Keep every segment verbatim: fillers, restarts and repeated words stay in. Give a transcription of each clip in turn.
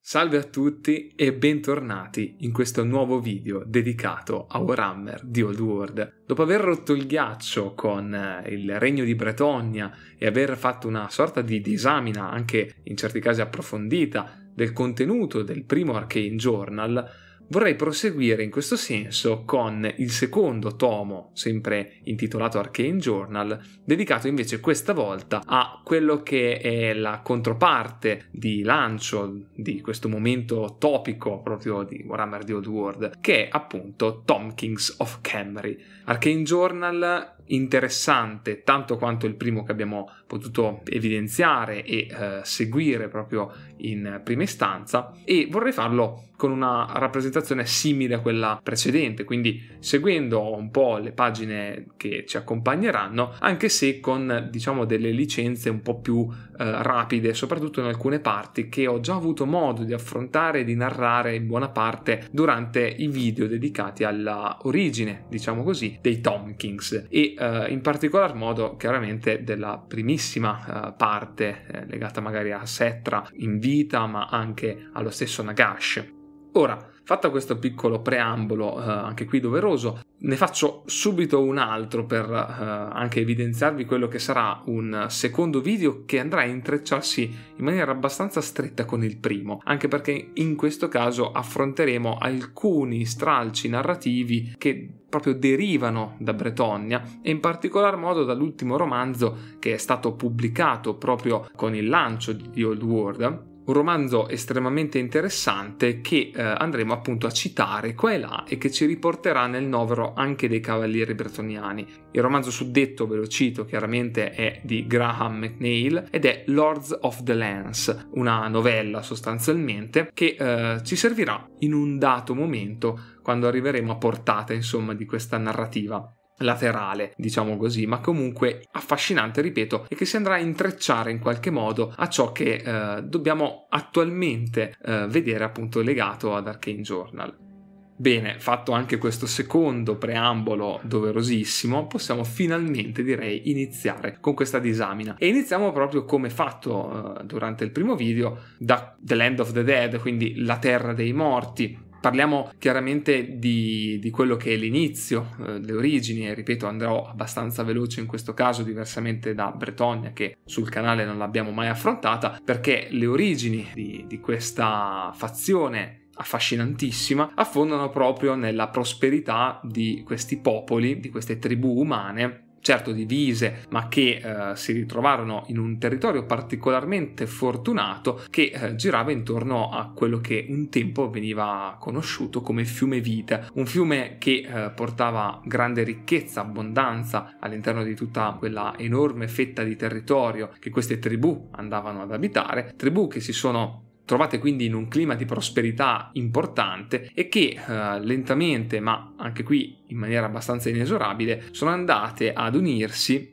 Salve a tutti e bentornati in questo nuovo video dedicato a Warhammer The Old World. Dopo aver rotto il ghiaccio con il Regno di Bretonnia e aver fatto una sorta di disamina, anche in certi casi approfondita, del contenuto del primo Arcane Journal, vorrei proseguire in questo senso con il secondo tomo, sempre intitolato Arcane Journal, dedicato invece questa volta a quello che è la controparte di lancio di questo momento topico proprio di Warhammer The Old World, che è appunto Tom Kings of Khemri. Arcane Journal interessante tanto quanto il primo che abbiamo potuto evidenziare e eh, seguire proprio in prima istanza, e vorrei farlo con una rappresentazione simile a quella precedente, quindi seguendo un po' le pagine che ci accompagneranno, anche se con diciamo delle licenze un po' più eh, rapide, soprattutto in alcune parti che ho già avuto modo di affrontare e di narrare in buona parte durante i video dedicati alla origine, diciamo così, dei Tom Kings e eh, in particolar modo chiaramente della primissima eh, parte eh, legata magari a Settra in vita, ma anche allo stesso Nagash. Ora, fatto questo piccolo preambolo, eh, anche qui doveroso, ne faccio subito un altro per eh, anche evidenziarvi quello che sarà un secondo video che andrà a intrecciarsi in maniera abbastanza stretta con il primo, anche perché in questo caso affronteremo alcuni stralci narrativi che proprio derivano da Bretonnia e in particolar modo dall'ultimo romanzo che è stato pubblicato proprio con il lancio di The Old World. Un romanzo estremamente interessante che eh, andremo appunto a citare qua e là e che ci riporterà nel novero anche dei Cavalieri Bretoniani. Il romanzo suddetto, ve lo cito chiaramente, è di Graham McNeill ed è Lords of the Lance, una novella sostanzialmente che eh, ci servirà in un dato momento quando arriveremo a portata insomma di questa narrativa laterale, diciamo così, ma comunque affascinante, ripeto, e che si andrà a intrecciare in qualche modo a ciò che eh, dobbiamo attualmente eh, vedere appunto legato ad Arcane Journal. Bene, fatto anche questo secondo preambolo doverosissimo, possiamo finalmente, direi, iniziare con questa disamina. E iniziamo proprio come fatto eh, durante il primo video, da The Land of the Dead, quindi la terra dei morti. Parliamo chiaramente di, di quello che è l'inizio, eh, le origini, e ripeto andrò abbastanza veloce in questo caso, diversamente da Bretonnia che sul canale non l'abbiamo mai affrontata, perché le origini di, di questa fazione affascinantissima affondano proprio nella prosperità di questi popoli, di queste tribù umane, certo divise, ma che eh, si ritrovarono in un territorio particolarmente fortunato che eh, girava intorno a quello che un tempo veniva conosciuto come fiume vita, un fiume che eh, portava grande ricchezza, abbondanza all'interno di tutta quella enorme fetta di territorio che queste tribù andavano ad abitare, tribù che si sono trovate quindi in un clima di prosperità importante e che eh, lentamente, ma anche qui in maniera abbastanza inesorabile, sono andate ad unirsi,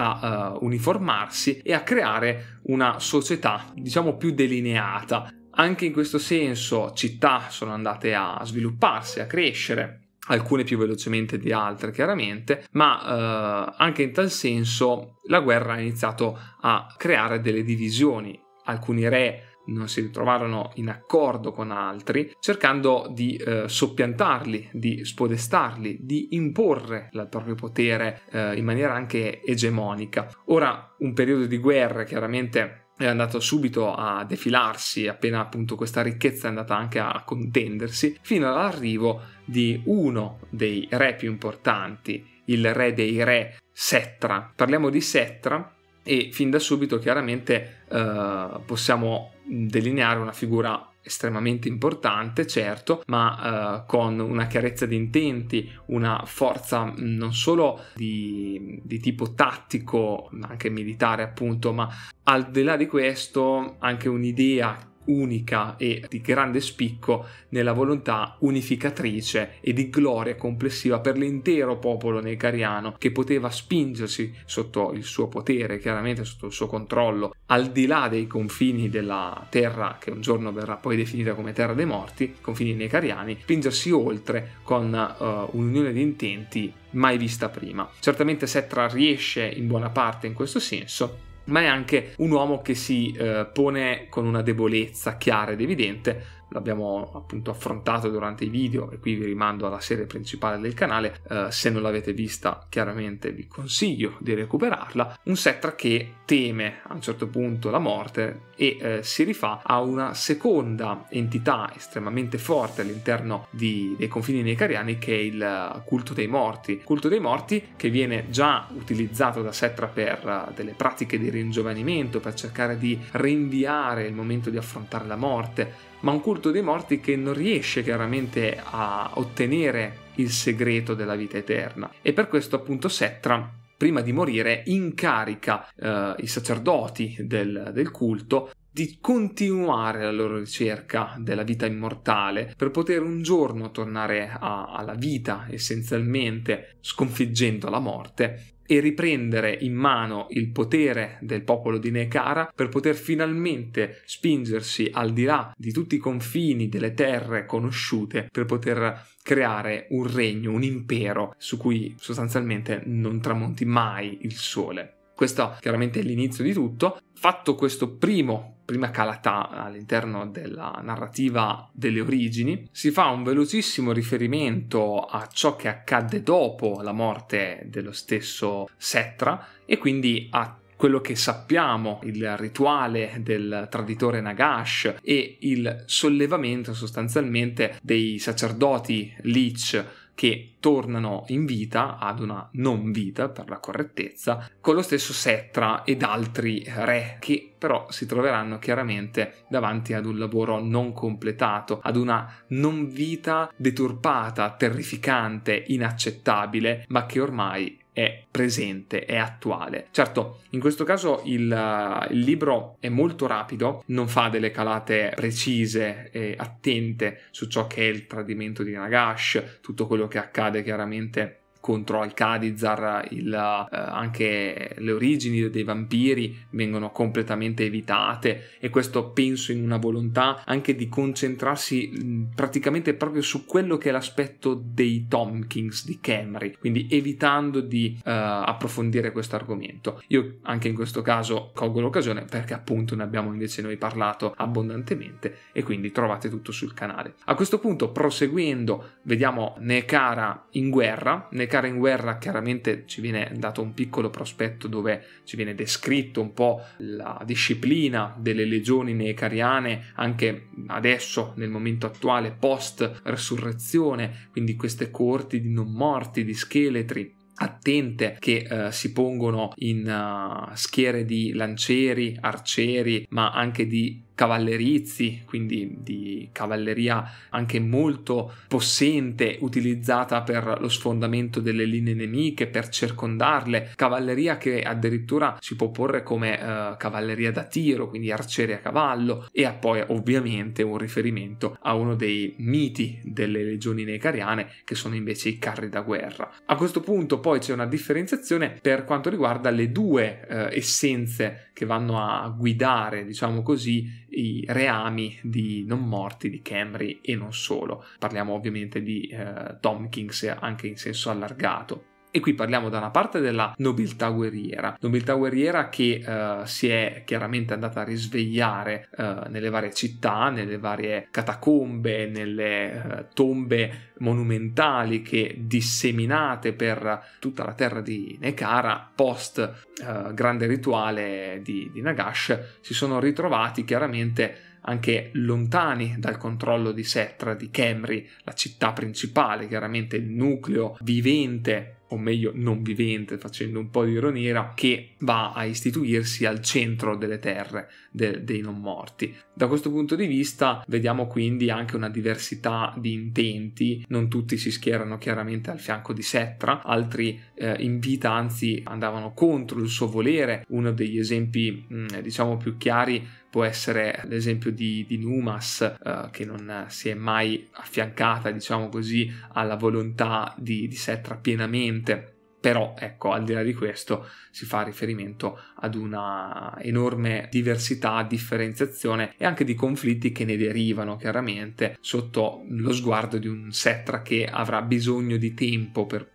a uh, uniformarsi e a creare una società, diciamo, più delineata. Anche in questo senso città sono andate a svilupparsi, a crescere, alcune più velocemente di altre chiaramente, ma uh, anche in tal senso la guerra ha iniziato a creare delle divisioni. Alcuni re non si ritrovarono in accordo con altri, cercando di eh, soppiantarli, di spodestarli, di imporre il proprio potere eh, in maniera anche egemonica. Ora, un periodo di guerre chiaramente è andato subito a defilarsi appena appunto questa ricchezza è andata anche a contendersi, fino all'arrivo di uno dei re più importanti, il re dei re Settra. Parliamo di Settra e fin da subito chiaramente eh, possiamo delineare una figura estremamente importante, certo, ma eh, con una chiarezza di intenti, una forza non solo di, di tipo tattico, ma anche militare appunto, ma al di là di questo anche un'idea unica e di grande spicco nella volontà unificatrice e di gloria complessiva per l'intero popolo necariano, che poteva spingersi sotto il suo potere, chiaramente sotto il suo controllo, al di là dei confini della terra che un giorno verrà poi definita come terra dei morti, confini necariani, spingersi oltre con uh, un'unione di intenti mai vista prima. Certamente Settra riesce in buona parte in questo senso, ma è anche un uomo che si eh, pone con una debolezza chiara ed evidente. L'abbiamo appunto affrontato durante i video e qui vi rimando alla serie principale del canale, eh, se non l'avete vista chiaramente vi consiglio di recuperarla. Un Settra che teme a un certo punto la morte e eh, si rifà a una seconda entità estremamente forte all'interno di, dei confini necariani, che è il culto dei morti. Il culto dei morti che viene già utilizzato da Settra per uh, delle pratiche di ringiovanimento, per cercare di rinviare il momento di affrontare la morte, ma un culto dei morti che non riesce chiaramente a ottenere il segreto della vita eterna. E per questo appunto Settra, prima di morire, incarica eh, i sacerdoti del, del culto di continuare la loro ricerca della vita immortale per poter un giorno tornare a, alla vita, essenzialmente sconfiggendo la morte, e riprendere in mano il potere del popolo di Nekara per poter finalmente spingersi al di là di tutti i confini delle terre conosciute, per poter creare un regno, un impero su cui sostanzialmente non tramonti mai il sole. Questo chiaramente è l'inizio di tutto. Fatto questo primo, prima calata all'interno della narrativa delle origini, si fa un velocissimo riferimento a ciò che accadde dopo la morte dello stesso Settra e quindi a quello che sappiamo, il rituale del traditore Nagash e il sollevamento sostanzialmente dei sacerdoti Lich che tornano in vita, ad una non vita per la correttezza, con lo stesso Settra ed altri re che però si troveranno chiaramente davanti ad un lavoro non completato, ad una non vita deturpata, terrificante, inaccettabile, ma che ormai è presente, è attuale. Certo, in questo caso il, il libro è molto rapido, non fa delle calate precise e attente su ciò che è il tradimento di Nagash, tutto quello che accade chiaramente contro Alcadizar, il, eh, anche le origini dei vampiri vengono completamente evitate, e questo penso in una volontà anche di concentrarsi mh, praticamente proprio su quello che è l'aspetto dei Tompkins di Khemri, quindi evitando di eh, approfondire questo argomento. Io anche in questo caso colgo l'occasione perché appunto ne abbiamo invece noi parlato abbondantemente e quindi trovate tutto sul canale. A questo punto, proseguendo, vediamo Nekara in guerra. Nekara in guerra chiaramente ci viene dato un piccolo prospetto dove ci viene descritto un po' la disciplina delle legioni nekariane anche adesso nel momento attuale post resurrezione, quindi queste corti di non morti, di scheletri attente che uh, si pongono in uh, schiere di lancieri, arcieri, ma anche di cavallerizi, quindi di cavalleria anche molto possente, utilizzata per lo sfondamento delle linee nemiche, per circondarle, cavalleria che addirittura si può porre come uh, cavalleria da tiro, quindi arcieri a cavallo, e ha poi ovviamente un riferimento a uno dei miti delle legioni nekariane che sono invece i carri da guerra. A questo punto poi c'è una differenziazione per quanto riguarda le due uh, essenze che vanno a guidare, diciamo così, i reami di non morti di Khemri e non solo. Parliamo ovviamente di eh, Tompkins anche in senso allargato. E qui parliamo da una parte della nobiltà guerriera, nobiltà guerriera che eh, si è chiaramente andata a risvegliare eh, nelle varie città, nelle varie catacombe, nelle eh, tombe monumentali che, disseminate per tutta la terra di Nekara post eh, grande rituale di, di Nagash, si sono ritrovati chiaramente anche lontani dal controllo di Settra, di Khemri, la città principale, chiaramente il nucleo vivente, o meglio non vivente, facendo un po' di ironia, che va a istituirsi al centro delle terre de- dei non morti. Da questo punto di vista vediamo quindi anche una diversità di intenti, non tutti si schierano chiaramente al fianco di Settra, altri eh, in vita anzi andavano contro il suo volere. Uno degli esempi mh, diciamo più chiari può essere l'esempio di, di Numas, eh, che non si è mai affiancata, diciamo così, alla volontà di, di Settra pienamente. Però ecco, al di là di questo si fa riferimento ad una enorme diversità, differenziazione e anche di conflitti che ne derivano chiaramente sotto lo sguardo di un Settra che avrà bisogno di tempo per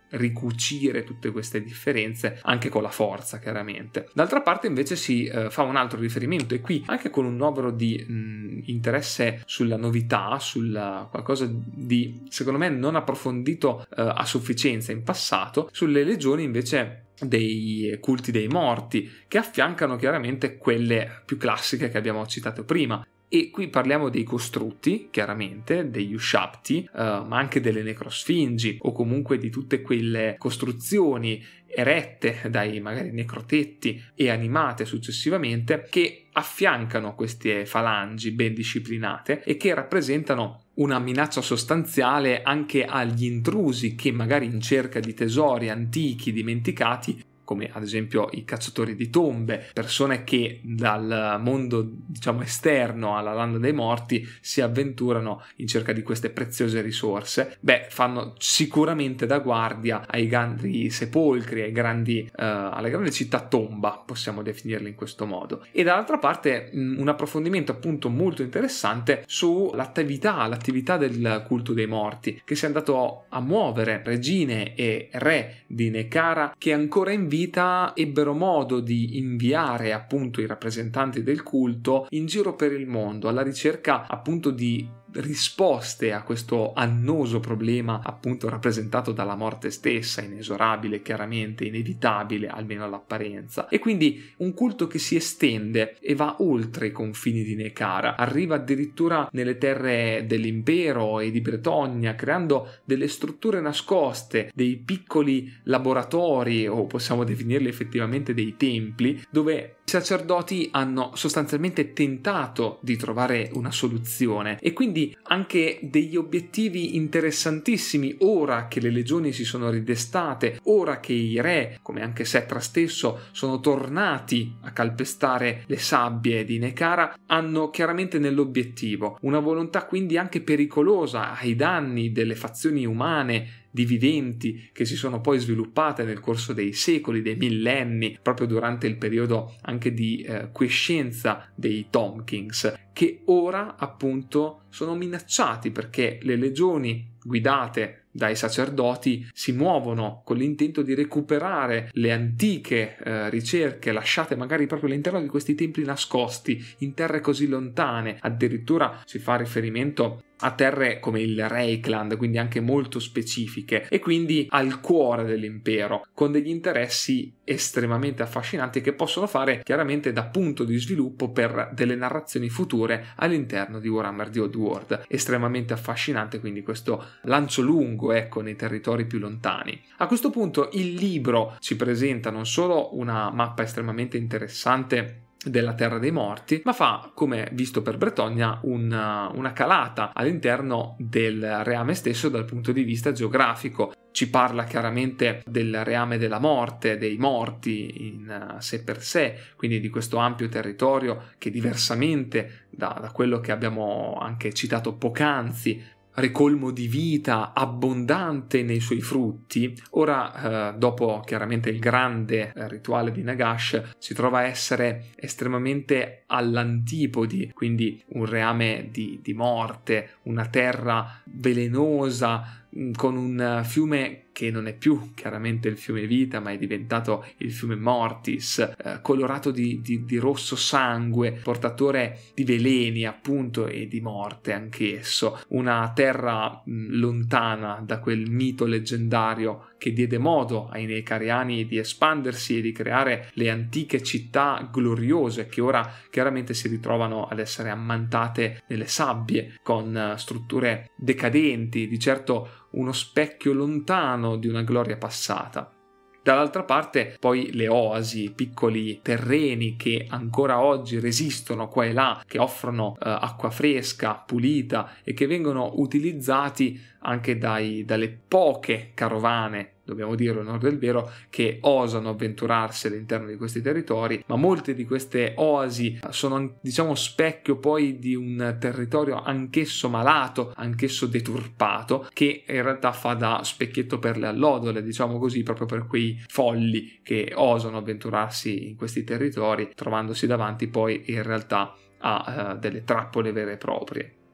ricucire tutte queste differenze anche con la forza, chiaramente. D'altra parte invece si eh, fa un altro riferimento, e qui anche con un novero di mh, interesse sulla novità, sul qualcosa di secondo me non approfondito eh, a sufficienza in passato, sulle legioni invece dei culti dei morti, che affiancano chiaramente quelle più classiche che abbiamo citato prima. E qui parliamo dei costrutti, chiaramente, degli Ushabti, eh, ma anche delle necrosfingi, o comunque di tutte quelle costruzioni erette dai magari necrotetti e animate successivamente, che affiancano queste falangi ben disciplinate e che rappresentano una minaccia sostanziale anche agli intrusi che magari in cerca di tesori antichi dimenticati, come ad esempio i cacciatori di tombe, persone che dal mondo diciamo esterno alla landa dei morti si avventurano in cerca di queste preziose risorse. Beh, fanno sicuramente da guardia ai grandi sepolcri, ai grandi, eh, alle grandi città tomba, possiamo definirle in questo modo. E dall'altra parte mh, un approfondimento appunto molto interessante sull'attività, l'attività del culto dei morti, che si è andato a muovere regine e re di Necara, che ancora in vita ebbero modo di inviare appunto i rappresentanti del culto in giro per il mondo alla ricerca appunto di risposte a questo annoso problema appunto rappresentato dalla morte stessa, inesorabile, chiaramente inevitabile, almeno all'apparenza. E quindi un culto che si estende e va oltre i confini di Necara, arriva addirittura nelle terre dell'impero e di Bretogna, creando delle strutture nascoste, dei piccoli laboratori, o possiamo definirli effettivamente dei templi, dove i sacerdoti hanno sostanzialmente tentato di trovare una soluzione, e quindi anche degli obiettivi interessantissimi ora che le legioni si sono ridestate, ora che i re, come anche Settra stesso, sono tornati a calpestare le sabbie di Necara, hanno chiaramente nell'obiettivo una volontà quindi anche pericolosa ai danni delle fazioni umane dividenti che si sono poi sviluppate nel corso dei secoli, dei millenni, proprio durante il periodo anche di eh, quiescenza dei Tomb Kings, che ora appunto sono minacciati perché le legioni guidate dai sacerdoti si muovono con l'intento di recuperare le antiche eh, ricerche lasciate magari proprio all'interno di questi templi nascosti in terre così lontane. Addirittura si fa riferimento a terre come il Reikland, quindi anche molto specifiche, e quindi al cuore dell'impero, con degli interessi estremamente affascinanti che possono fare chiaramente da punto di sviluppo per delle narrazioni future all'interno di Warhammer The Old World. Estremamente affascinante quindi questo lancio lungo, ecco, nei territori più lontani. A questo punto il libro ci presenta non solo una mappa estremamente interessante della Terra dei Morti, ma fa, come visto per Bretogna, una, una calata all'interno del reame stesso dal punto di vista geografico. Ci parla chiaramente del reame della morte, dei morti in sé per sé, quindi di questo ampio territorio che, diversamente da, da quello che abbiamo anche citato poc'anzi, ricolmo di vita, abbondante nei suoi frutti, ora eh, dopo chiaramente il grande eh, rituale di Nagash si trova a essere estremamente all'antipodi, quindi un reame di, di morte, una terra velenosa, con un fiume che non è più chiaramente il fiume vita, ma è diventato il fiume Mortis, eh, colorato di, di, di rosso sangue, portatore di veleni appunto e di morte anch'esso, una terra mh, lontana da quel mito leggendario che diede modo ai Necariani di espandersi e di creare le antiche città gloriose che ora chiaramente si ritrovano ad essere ammantate nelle sabbie con uh, strutture decadenti, di certo uno specchio lontano di una gloria passata. Dall'altra parte poi le oasi, piccoli terreni che ancora oggi resistono qua e là, che offrono eh, acqua fresca, pulita e che vengono utilizzati anche dai, dalle poche carovane, dobbiamo dire onor del vero, che osano avventurarsi all'interno di questi territori, ma molte di queste oasi sono, diciamo, specchio poi di un territorio anch'esso malato, anch'esso deturpato, che in realtà fa da specchietto per le allodole, diciamo così, proprio per quei folli che osano avventurarsi in questi territori, trovandosi davanti poi in realtà a uh, delle trappole vere e proprie.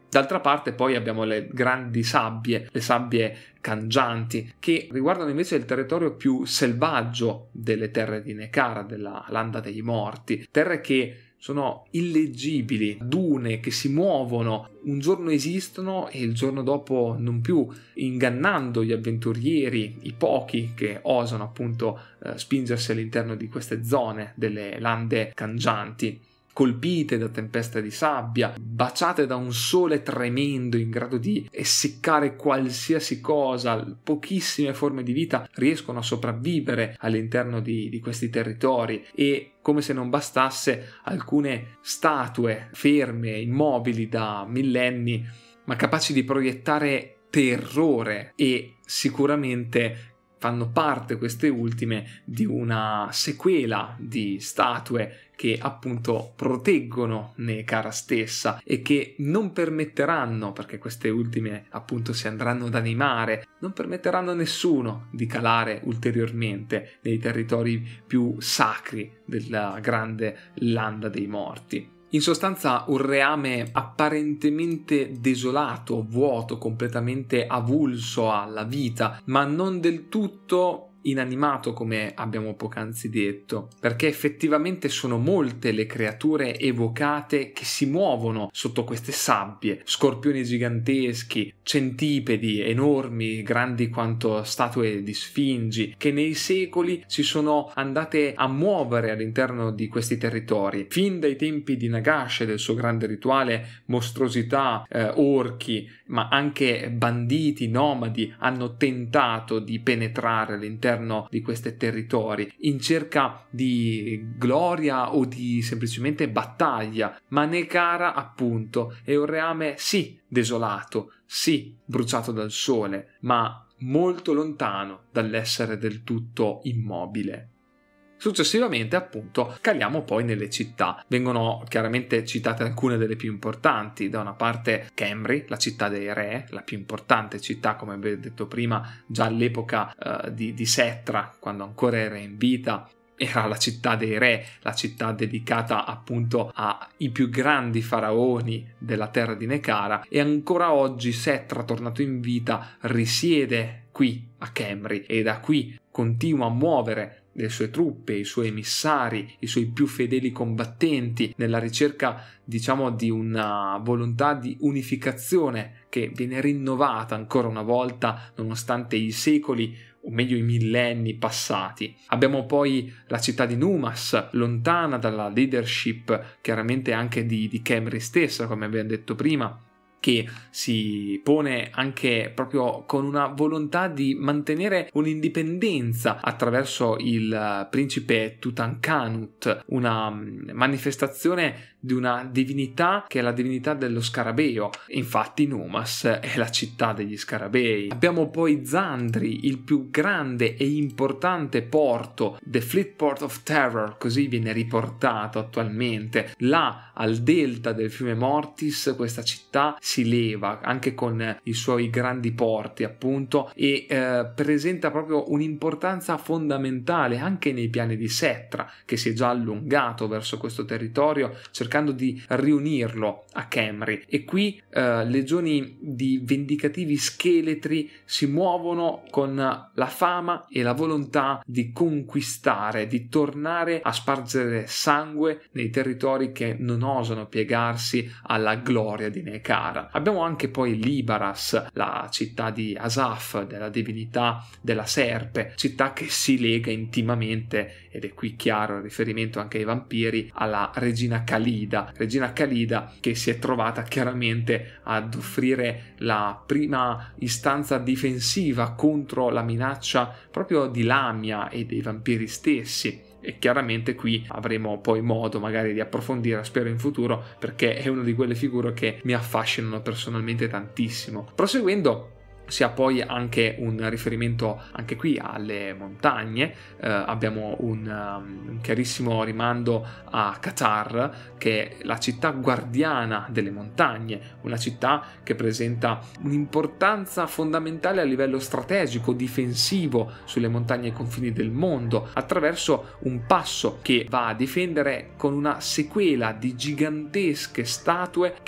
D'altra parte poi abbiamo le grandi sabbie, le sabbie cangianti, che riguardano invece il territorio più selvaggio delle terre di Nekara, della Landa dei Morti, terre che sono illeggibili, dune che si muovono, un giorno esistono e il giorno dopo non più, ingannando gli avventurieri, i pochi che osano appunto eh, spingersi all'interno di queste zone delle lande cangianti, colpite da tempeste di sabbia, baciate da un sole tremendo in grado di essiccare qualsiasi cosa. Pochissime forme di vita riescono a sopravvivere all'interno di, di questi territori e, come se non bastasse, alcune statue ferme, immobili da millenni, ma capaci di proiettare terrore, e sicuramente fanno parte queste ultime di una sequela di statue che appunto proteggono Nekara stessa e che non permetteranno, perché queste ultime appunto si andranno ad animare, non permetteranno a nessuno di calare ulteriormente nei territori più sacri della grande Landa dei Morti. In sostanza un reame apparentemente desolato, vuoto, completamente avulso alla vita, ma non del tutto inanimato come abbiamo poc'anzi detto, perché effettivamente sono molte le creature evocate che si muovono sotto queste sabbie: scorpioni giganteschi, centipedi enormi, grandi quanto statue di sfingi, che nei secoli si sono andate a muovere all'interno di questi territori, fin dai tempi di Nagash e del suo grande rituale. Mostruosità, eh, orchi, ma anche banditi, nomadi hanno tentato di penetrare all'interno di questi territori in cerca di gloria o di semplicemente battaglia, ma Nekara appunto è un reame sì desolato, sì bruciato dal sole, ma molto lontano dall'essere del tutto immobile. Successivamente appunto caliamo poi nelle città. Vengono chiaramente citate alcune delle più importanti. Da una parte Khemri, la città dei re, la più importante città, come vi ho detto prima, già all'epoca eh, di, di Settra, quando ancora era in vita. Era la città dei re, la città dedicata appunto ai più grandi faraoni della terra di Nekara, e ancora oggi Settra, tornato in vita, risiede qui a Khemri e da qui continua a muovere le sue truppe, i suoi emissari, i suoi più fedeli combattenti nella ricerca, diciamo, di una volontà di unificazione che viene rinnovata ancora una volta nonostante i secoli, o meglio i millenni passati. Abbiamo poi la città di Numas, lontana dalla leadership chiaramente anche di, di Khemri stessa, come abbiamo detto prima, che si pone anche proprio con una volontà di mantenere un'indipendenza attraverso il principe Tutankhamut, una manifestazione di una divinità che è la divinità dello scarabeo. Infatti Numas è la città degli scarabei. Abbiamo poi Zandri, il più grande e importante porto, The Fleet Port of Terror, così viene riportato attualmente. Là, al delta del fiume Mortis, questa città si leva anche con i suoi grandi porti appunto, e eh, presenta proprio un'importanza fondamentale anche nei piani di Settra, che si è già allungato verso questo territorio cercando di riunirlo a Khemri. E qui eh, legioni di vendicativi scheletri si muovono con la fama e la volontà di conquistare, di tornare a spargere sangue nei territori che non osano piegarsi alla gloria di Nekara. Abbiamo anche poi Libaras, la città di Asaf, della divinità della serpe, città che si lega intimamente, ed è qui chiaro il riferimento anche ai vampiri, alla regina Khalida, regina Khalida che si è trovata chiaramente ad offrire la prima istanza difensiva contro la minaccia proprio di Lamia e dei vampiri stessi. E chiaramente qui avremo poi modo magari di approfondire, spero in futuro, perché è una di quelle figure che mi affascinano personalmente tantissimo. Proseguendo, si ha poi anche un riferimento anche qui alle montagne. Eh, abbiamo un, um, un chiarissimo rimando a Qatar, che è la città guardiana delle montagne, una città che presenta un'importanza fondamentale a livello strategico, difensivo sulle montagne ai confini del mondo, attraverso un passo che va a difendere con una sequela di gigantesche statue che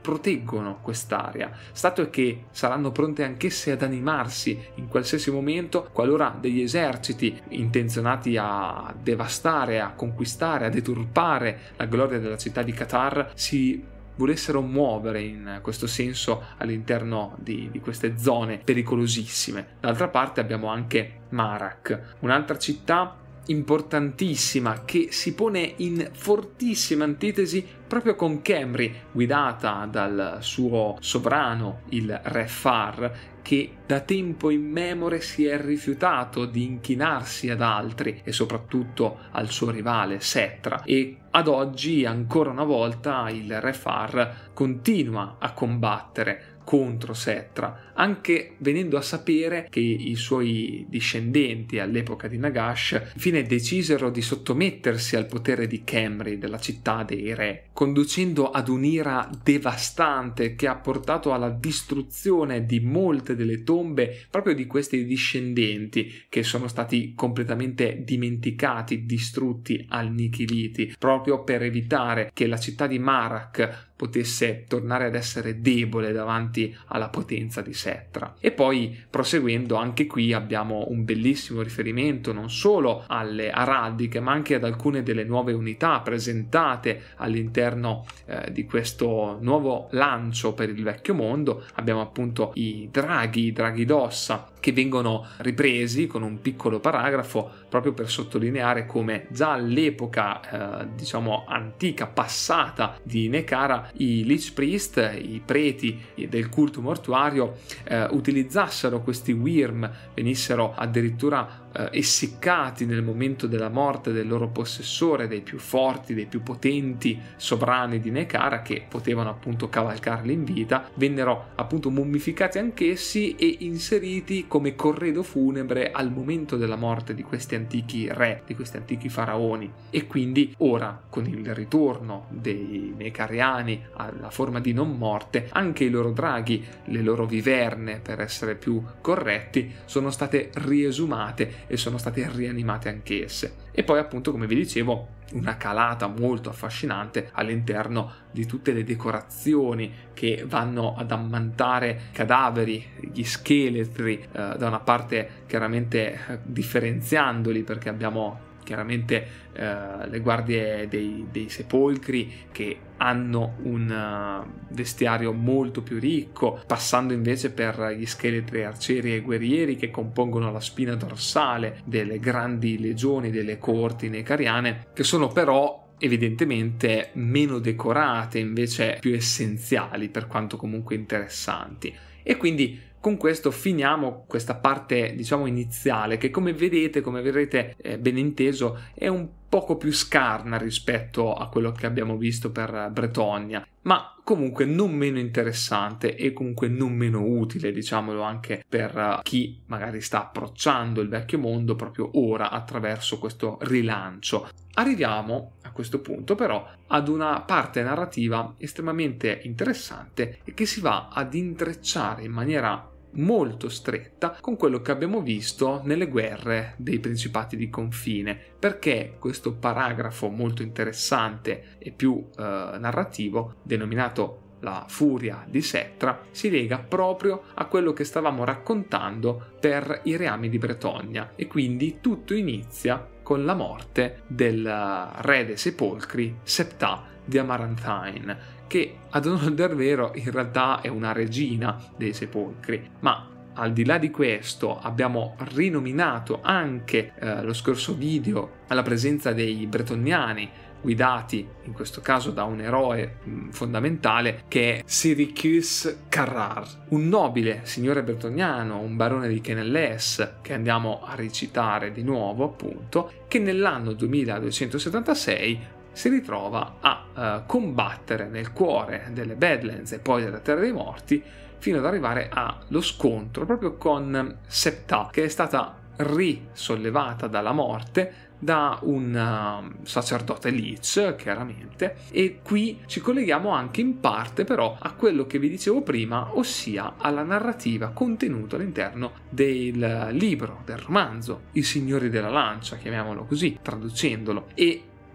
proteggono quest'area, statue che saranno pronte anch'esse ad animarsi in qualsiasi momento qualora degli eserciti intenzionati a devastare, a conquistare, a deturpare la gloria della città di Qatar si volessero muovere in questo senso all'interno di, di queste zone pericolosissime. D'altra parte abbiamo anche Marak, un'altra città importantissima che si pone in fortissima antitesi proprio con Khemri, guidata dal suo sovrano, il re Far, che da tempo immemore si è rifiutato di inchinarsi ad altri e soprattutto al suo rivale Settra, e ad oggi ancora una volta il re Far continua a combattere contro Settra, anche venendo a sapere che i suoi discendenti all'epoca di Nagash infine decisero di sottomettersi al potere di Khemri, della città dei re, conducendo ad un'ira devastante che ha portato alla distruzione di molte delle tombe proprio di questi discendenti, che sono stati completamente dimenticati, distrutti, annichiliti, proprio per evitare che la città di Marak potesse tornare ad essere debole davanti alla potenza di Settra. E poi, proseguendo, anche qui abbiamo un bellissimo riferimento non solo alle araldiche ma anche ad alcune delle nuove unità presentate all'interno eh, di questo nuovo lancio per il vecchio mondo. Abbiamo appunto i draghi, i draghi d'ossa, che vengono ripresi con un piccolo paragrafo proprio per sottolineare come già all'epoca eh, diciamo antica, passata di Nekara, i Lich Priest, i preti del culto mortuario, eh, utilizzassero questi Wyrm, venissero addirittura eh, essiccati nel momento della morte del loro possessore, dei più forti, dei più potenti sovrani di Nekara, che potevano appunto cavalcarli in vita, vennero appunto mummificati anch'essi e inseriti come corredo funebre al momento della morte di questi antichi re, di questi antichi faraoni. E quindi ora, con il ritorno dei Nekariani alla forma di non morte, anche i loro draghi, le loro viverne per essere più corretti, sono state riesumate e sono state rianimate anch'esse. E poi appunto, come vi dicevo, una calata molto affascinante all'interno di tutte le decorazioni che vanno ad ammantare cadaveri, gli scheletri, eh, da una parte chiaramente eh, differenziandoli, perché abbiamo chiaramente eh, le guardie dei, dei sepolcri che hanno un uh, vestiario molto più ricco, passando invece per gli scheletri arcieri e guerrieri che compongono la spina dorsale delle grandi legioni delle coorti nekariane, che sono però evidentemente meno decorate, invece più essenziali, per quanto comunque interessanti. E quindi con questo finiamo questa parte, diciamo, iniziale, che come vedete, come avrete eh, ben inteso, è un poco più scarna rispetto a quello che abbiamo visto per Bretonnia, ma comunque non meno interessante e comunque non meno utile, diciamolo, anche per chi magari sta approcciando il vecchio mondo proprio ora attraverso questo rilancio. Arriviamo a questo punto però ad una parte narrativa estremamente interessante e che si va ad intrecciare in maniera molto stretta con quello che abbiamo visto nelle guerre dei principati di confine, perché questo paragrafo molto interessante e più eh, narrativo, denominato la furia di Settra, si lega proprio a quello che stavamo raccontando per i reami di Bretonnia, e quindi tutto inizia con la morte del re dei sepolcri, Septà di Amaranthine, che ad onor del vero in realtà è una regina dei sepolcri. Ma al di là di questo abbiamo rinominato anche eh, lo scorso video alla presenza dei bretoniani, guidati in questo caso da un eroe mh, fondamentale che è Siricus Carrar, un nobile signore bretoniano, un barone di Kenelles, che andiamo a recitare di nuovo appunto, che nell'anno duemiladuecentosettantasei si ritrova a uh, combattere nel cuore delle Badlands e poi della Terra dei Morti, fino ad arrivare allo scontro proprio con Septà, che è stata risollevata dalla morte da un uh, sacerdote Lich, chiaramente. E qui ci colleghiamo anche in parte però a quello che vi dicevo prima, ossia alla narrativa contenuta all'interno del libro, del romanzo I Signori della Lancia, chiamiamolo così, traducendolo. E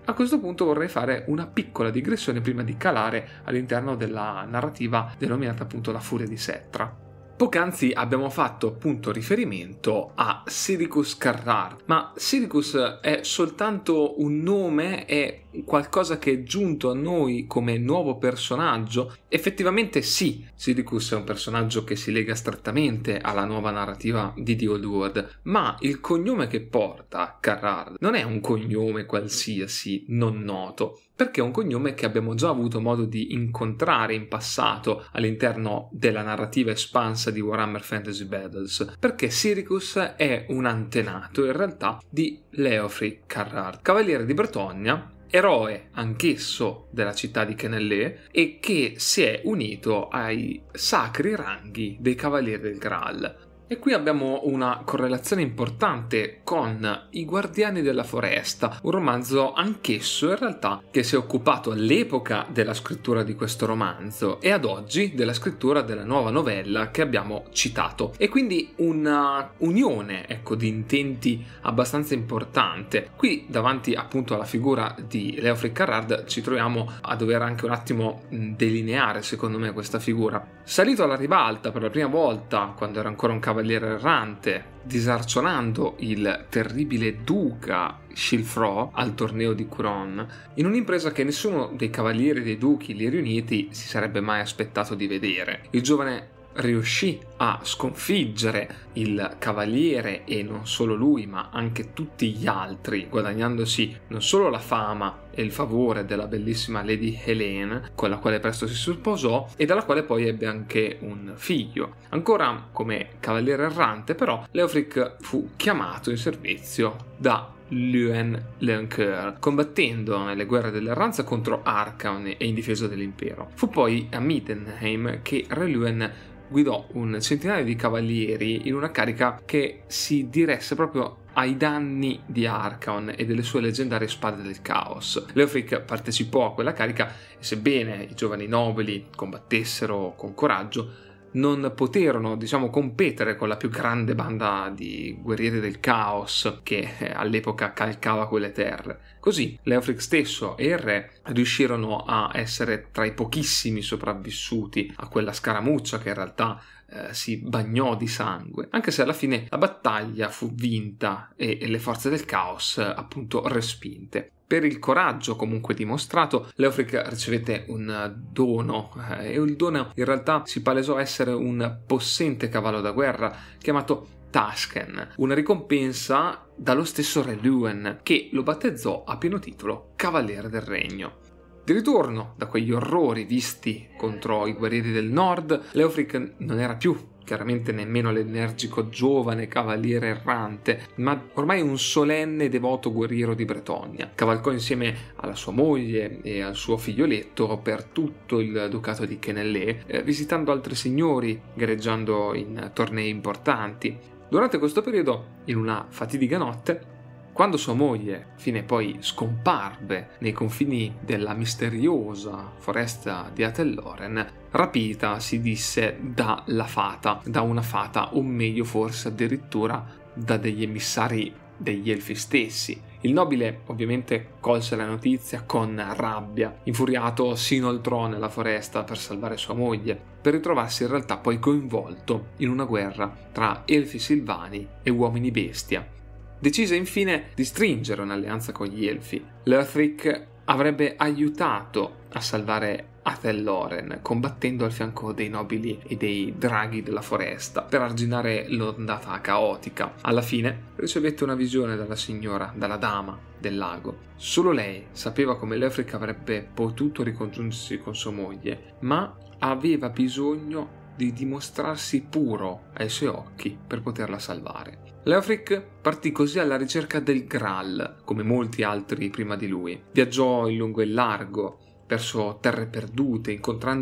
A questo punto vorrei fare una piccola digressione prima di calare all'interno della narrativa denominata appunto La Furia di Settra. Poc'anzi abbiamo fatto appunto riferimento a Siricus Carrard, ma Siricus è soltanto un nome, è qualcosa che è giunto a noi come nuovo personaggio? Effettivamente sì, Siricus è un personaggio che si lega strettamente alla nuova narrativa di The Old World, ma il cognome che porta Carrard non è un cognome qualsiasi non noto, perché è un cognome che abbiamo già avuto modo di incontrare in passato all'interno della narrativa espansa di Warhammer Fantasy Battles, perché Siricus è un antenato in realtà di Leofric Carrard, cavaliere di Bretonnia, eroe anch'esso della città di Kennelé e che si è unito ai sacri ranghi dei Cavalieri del Graal. E qui abbiamo una correlazione importante con I Guardiani della Foresta, un romanzo anch'esso in realtà che si è occupato all'epoca della scrittura di questo romanzo e ad oggi della scrittura della nuova novella che abbiamo citato. E quindi una unione, ecco, di intenti abbastanza importante. Qui davanti appunto alla figura di Leofric Carrard ci troviamo a dover anche un attimo delineare secondo me questa figura. Salito alla ribalta per la prima volta quando era ancora un cavaliere errante, disarcionando il terribile duca Shilfro al torneo di Curon, in un'impresa che nessuno dei cavalieri dei duchi lì riuniti si sarebbe mai aspettato di vedere. Il giovane riuscì a sconfiggere il cavaliere e non solo lui ma anche tutti gli altri, guadagnandosi non solo la fama e il favore della bellissima Lady Helene, con la quale presto si sposò e dalla quale poi ebbe anche un figlio. Ancora come cavaliere errante però Leofric fu chiamato in servizio da Luen Leoncoeur, combattendo nelle guerre dell'erranza contro Archaon e in difesa dell'impero. Fu poi a Middenheim che Re Luen guidò un centinaio di cavalieri in una carica che si diresse proprio ai danni di Archaon e delle sue leggendarie spade del caos. Leofric partecipò a quella carica e sebbene i giovani nobili combattessero con coraggio, non poterono, diciamo, competere con la più grande banda di guerrieri del caos che eh, all'epoca calcava quelle terre. Così Leofric stesso e il re riuscirono a essere tra i pochissimi sopravvissuti a quella scaramuccia che in realtà eh, si bagnò di sangue, anche se alla fine la battaglia fu vinta e, e le forze del caos eh, appunto respinte. Per il coraggio comunque dimostrato, Leofric ricevette un dono eh, e il dono in realtà si palesò essere un possente cavallo da guerra chiamato Tasken, una ricompensa dallo stesso Re Luen che lo battezzò a pieno titolo Cavaliere del Regno. Di ritorno da quegli orrori visti contro i guerrieri del nord, Leofric non era più chiaramente nemmeno l'energico giovane cavaliere errante, ma ormai un solenne e devoto guerriero di Bretonnia. Cavalcò insieme alla sua moglie e al suo figlioletto per tutto il ducato di Kennelé, eh, visitando altri signori, gareggiando in tornei importanti. Durante questo periodo, in una fatidica notte, quando sua moglie fine poi scomparve nei confini della misteriosa foresta di Atelloren, rapita, si disse, dalla fata, da una fata, o meglio forse addirittura da degli emissari degli elfi stessi. Il nobile ovviamente colse la notizia con rabbia, infuriato si inoltrò nella foresta per salvare sua moglie, per ritrovarsi in realtà poi coinvolto in una guerra tra elfi silvani e uomini bestia. Decise infine di stringere un'alleanza con gli elfi. Leofric avrebbe aiutato a salvare Atelloren, combattendo al fianco dei nobili e dei draghi della foresta per arginare l'ondata caotica. Alla fine ricevette una visione dalla signora, dalla dama del lago. Solo lei sapeva come Leofric avrebbe potuto ricongiungersi con sua moglie, ma aveva bisogno di dimostrarsi puro ai suoi occhi per poterla salvare. Leofric partì così alla ricerca del Graal, come molti altri prima di lui. Viaggiò in lungo e in largo, verso terre perdute, incontrando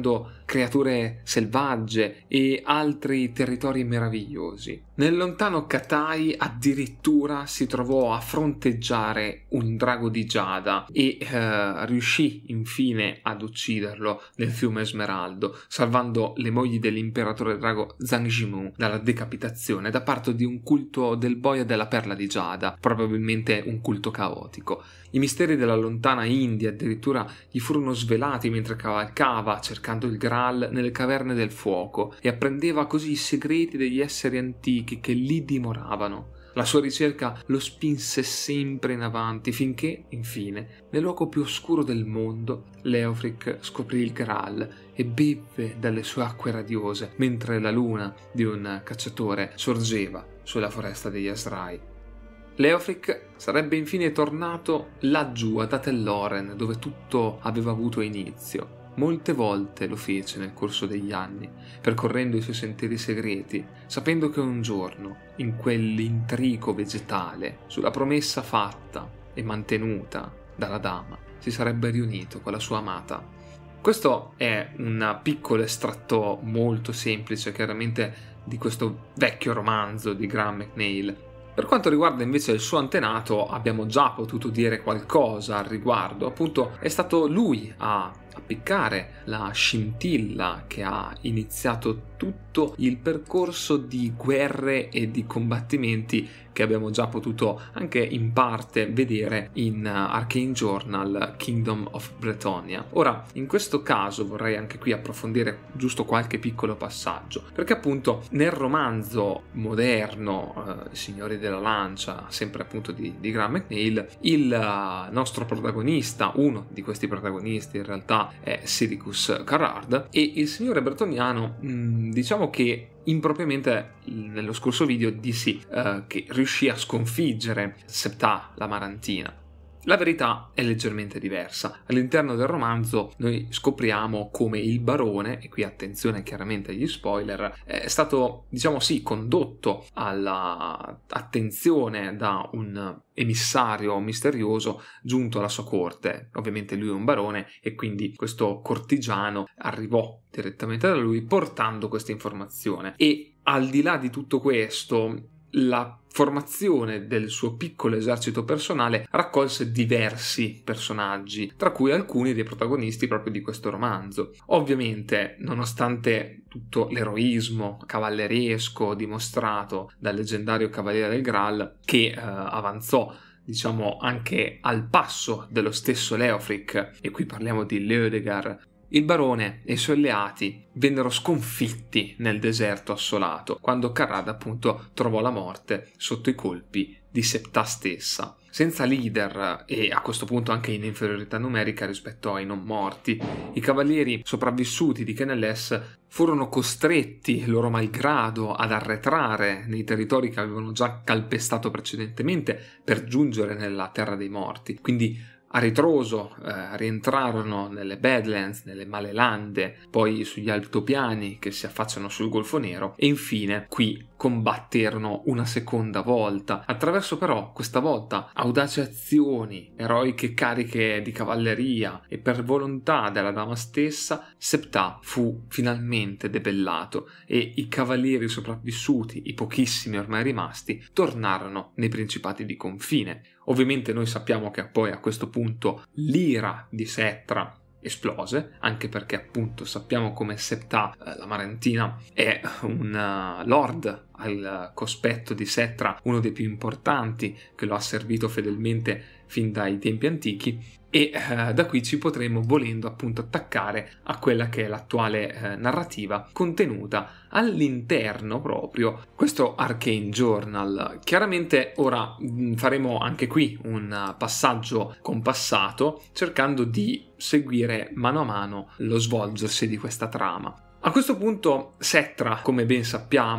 creature selvagge e altri territori meravigliosi. Nel lontano Katai addirittura si trovò a fronteggiare un drago di giada e eh, riuscì infine ad ucciderlo nel fiume Smeraldo, salvando le mogli dell'imperatore drago Zhang Jimu dalla decapitazione da parte di un culto del boia della perla di giada, probabilmente un culto caotico. I misteri della lontana India addirittura gli furono svelati mentre cavalcava cercando il Graal nelle caverne del fuoco e apprendeva così i segreti degli esseri antichi che lì dimoravano. La sua ricerca lo spinse sempre in avanti finché, infine, nel luogo più oscuro del mondo, Leofric scoprì il Graal e beve dalle sue acque radiose mentre la luna di un cacciatore sorgeva sulla foresta degli Azrai. Leofric sarebbe infine tornato laggiù ad Atelloren, dove tutto aveva avuto inizio. Molte volte lo fece nel corso degli anni, percorrendo i suoi sentieri segreti, sapendo che un giorno, in quell'intrico vegetale, sulla promessa fatta e mantenuta dalla dama, si sarebbe riunito con la sua amata. Questo è un piccolo estratto molto semplice, chiaramente, di questo vecchio romanzo di Graham McNeill. Per quanto riguarda invece il suo antenato, abbiamo già potuto dire qualcosa al riguardo. Appunto, è stato lui a appiccare la scintilla che ha iniziato tutto il percorso di guerre e di combattimenti che abbiamo già potuto anche in parte vedere in Arcane Journal Kingdom of Bretonnia. Ora, in questo caso vorrei anche qui approfondire giusto qualche piccolo passaggio, perché appunto nel romanzo moderno eh, Signori della Lancia, sempre appunto di, di Graham McNeill, il uh, nostro protagonista, uno di questi protagonisti in realtà è Siricus Carrard, e il Signore Bretoniano mh, diciamo che impropriamente nello scorso video dissi uh, che riuscì a sconfiggere Septà la Marantina. La verità è leggermente diversa. All'interno del romanzo noi scopriamo come il barone, e qui attenzione chiaramente agli spoiler, è stato, diciamo sì, condotto alla attenzione da un emissario misterioso giunto alla sua corte. Ovviamente lui è un barone e quindi questo cortigiano arrivò direttamente da lui portando questa informazione. E al di là di tutto questo, la formazione del suo piccolo esercito personale raccolse diversi personaggi, tra cui alcuni dei protagonisti proprio di questo romanzo. Ovviamente, nonostante tutto l'eroismo cavalleresco dimostrato dal leggendario Cavaliere del Graal, che eh, avanzò diciamo anche al passo dello stesso Leofric, e qui parliamo di Leodegar, il barone e i suoi alleati vennero sconfitti nel deserto assolato, quando Carrad appunto trovò la morte sotto i colpi di Septà stessa. Senza leader e a questo punto anche in inferiorità numerica rispetto ai non morti, i cavalieri sopravvissuti di Khenelles furono costretti, loro malgrado, ad arretrare nei territori che avevano già calpestato precedentemente per giungere nella terra dei morti. Quindi a ritroso eh, rientrarono nelle Badlands, nelle Malelande, poi sugli altopiani che si affacciano sul Golfo Nero e infine qui combatterono una seconda volta, attraverso però questa volta audaci azioni, eroiche cariche di cavalleria e per volontà della dama stessa, Septà fu finalmente debellato e i cavalieri sopravvissuti, i pochissimi ormai rimasti, tornarono nei principati di confine. Ovviamente noi sappiamo che poi a questo punto l'ira di Settra esplose, anche perché appunto sappiamo come Septà eh, la Marantina è un uh, lord al cospetto di Settra, uno dei più importanti che lo ha servito fedelmente fin dai tempi antichi, e eh, da qui ci potremo, volendo appunto, attaccare a quella che è l'attuale eh, narrativa contenuta all'interno proprio questo Arcane Journal. Chiaramente ora mh, faremo anche qui un passaggio compassato, cercando di seguire mano a mano lo svolgersi di questa trama. A questo punto Settra, come ben sappiamo,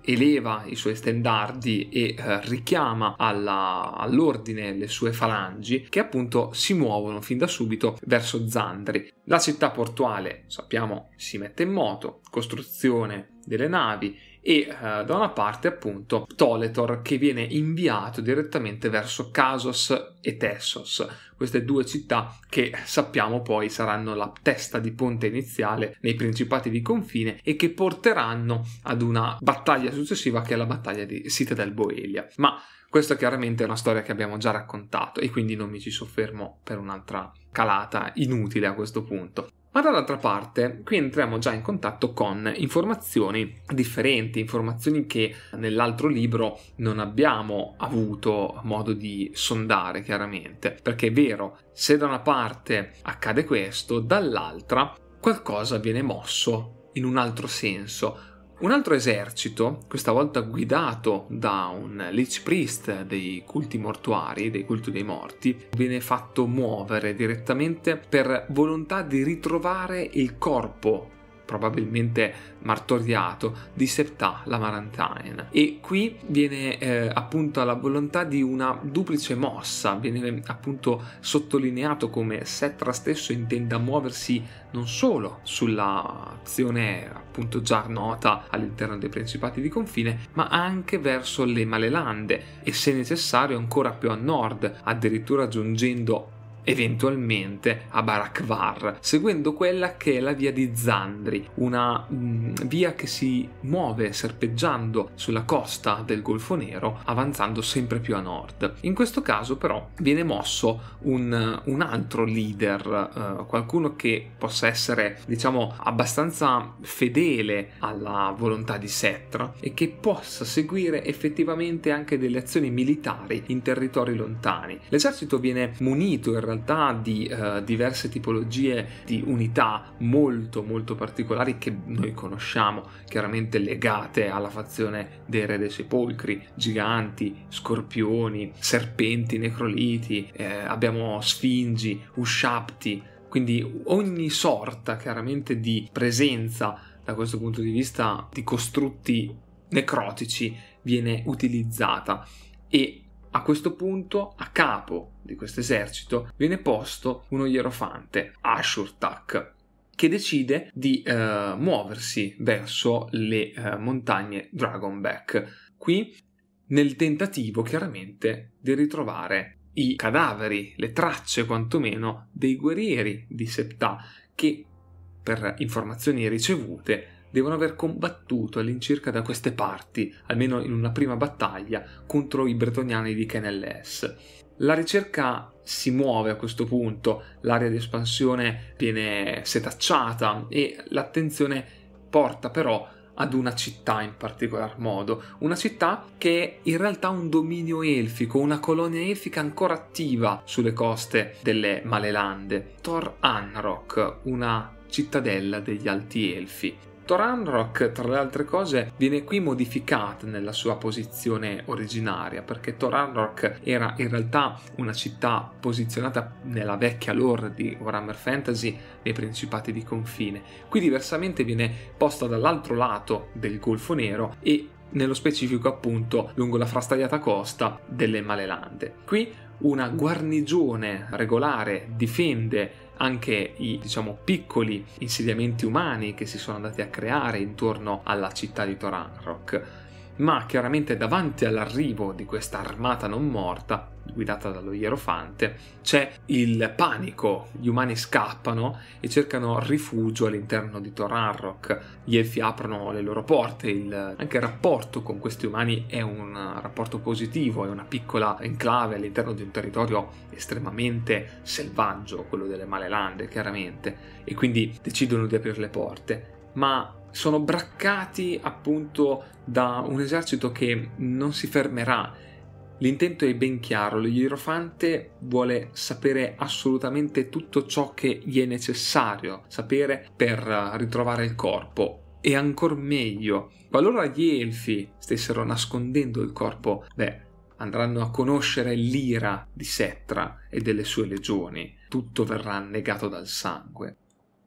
eleva i suoi stendardi e eh, richiama alla, all'ordine le sue falangi, che appunto si muovono fin da subito verso Zandri. La città portuale, sappiamo, si mette in moto, costruzione delle navi, e eh, da una parte appunto Ptoletor, che viene inviato direttamente verso Casos e Tessos, queste due città che sappiamo poi saranno la testa di ponte iniziale nei principati di confine e che porteranno ad una battaglia successiva, che è la battaglia di Citadel Boelia. Ma questa chiaramente è una storia che abbiamo già raccontato e quindi non mi ci soffermo per un'altra calata inutile a questo punto. Ma dall'altra parte, qui entriamo già in contatto con informazioni differenti, informazioni che nell'altro libro non abbiamo avuto modo di sondare chiaramente, perché è vero, se da una parte accade questo, dall'altra qualcosa viene mosso in un altro senso. Un altro esercito, questa volta guidato da un Lich Priest dei culti mortuari, dei culti dei morti, viene fatto muovere direttamente per volontà di ritrovare il corpo, probabilmente martoriato, di Septà la Marantine. E qui viene eh, appunto alla volontà di una duplice mossa, viene appunto sottolineato come Settra stesso intenda muoversi non solo sulla azione appunto già nota all'interno dei principati di confine, ma anche verso le Malelande e, se necessario, ancora più a nord, addirittura giungendo eventualmente a Barakvar, seguendo quella che è la via di Zandri, una mh, via che si muove serpeggiando sulla costa del Golfo Nero, avanzando sempre più a nord. In questo caso però viene mosso un, un altro leader, eh, qualcuno che possa essere, diciamo, abbastanza fedele alla volontà di Settra e che possa seguire effettivamente anche delle azioni militari in territori lontani. L'esercito viene munito in realtà di uh, diverse tipologie di unità molto molto particolari che noi conosciamo, chiaramente legate alla fazione dei Re dei Sepolcri: giganti, scorpioni, serpenti, necroliti, eh, abbiamo sfingi, ushapti, quindi ogni sorta chiaramente di presenza da questo punto di vista di costrutti necrotici viene utilizzata. E a questo punto, a capo di questo esercito, viene posto uno ierofante, Ashur-Tak, che decide di eh, muoversi verso le eh, montagne Dragonback, qui nel tentativo chiaramente di ritrovare i cadaveri, le tracce quantomeno, dei guerrieri di Septà che, per informazioni ricevute, devono aver combattuto all'incirca da queste parti, almeno in una prima battaglia, contro i bretoniani di Canelles. La ricerca si muove a questo punto, l'area di espansione viene setacciata e l'attenzione porta però ad una città in particolar modo, una città che è in realtà un dominio elfico, una colonia elfica ancora attiva sulle coste delle Malelande, Tor Anrock, una cittadella degli Alti Elfi. Tor Anrock, tra le altre cose, viene qui modificata nella sua posizione originaria, perché Tor Anrock era in realtà una città posizionata nella vecchia lore di Warhammer Fantasy nei principati di confine. Qui diversamente viene posta dall'altro lato del Golfo Nero e nello specifico appunto lungo la frastagliata costa delle Malelande. Qui una guarnigione regolare difende anche i, diciamo, piccoli insediamenti umani che si sono andati a creare intorno alla città di Tor Anrock, ma chiaramente davanti all'arrivo di questa armata non morta guidata dallo Ierofante c'è il panico, gli umani scappano e cercano rifugio all'interno di Tor Anrock, gli elfi aprono le loro porte, il, anche il rapporto con questi umani è un rapporto positivo, è una piccola enclave all'interno di un territorio estremamente selvaggio, quello delle Malelande chiaramente, e quindi decidono di aprire le porte, ma sono braccati appunto da un esercito che non si fermerà. L'intento è ben chiaro, lo Ierofante vuole sapere assolutamente tutto ciò che gli è necessario sapere per ritrovare il corpo, e ancor meglio, qualora gli elfi stessero nascondendo il corpo, beh, andranno a conoscere l'ira di Settra e delle sue legioni, tutto verrà annegato dal sangue.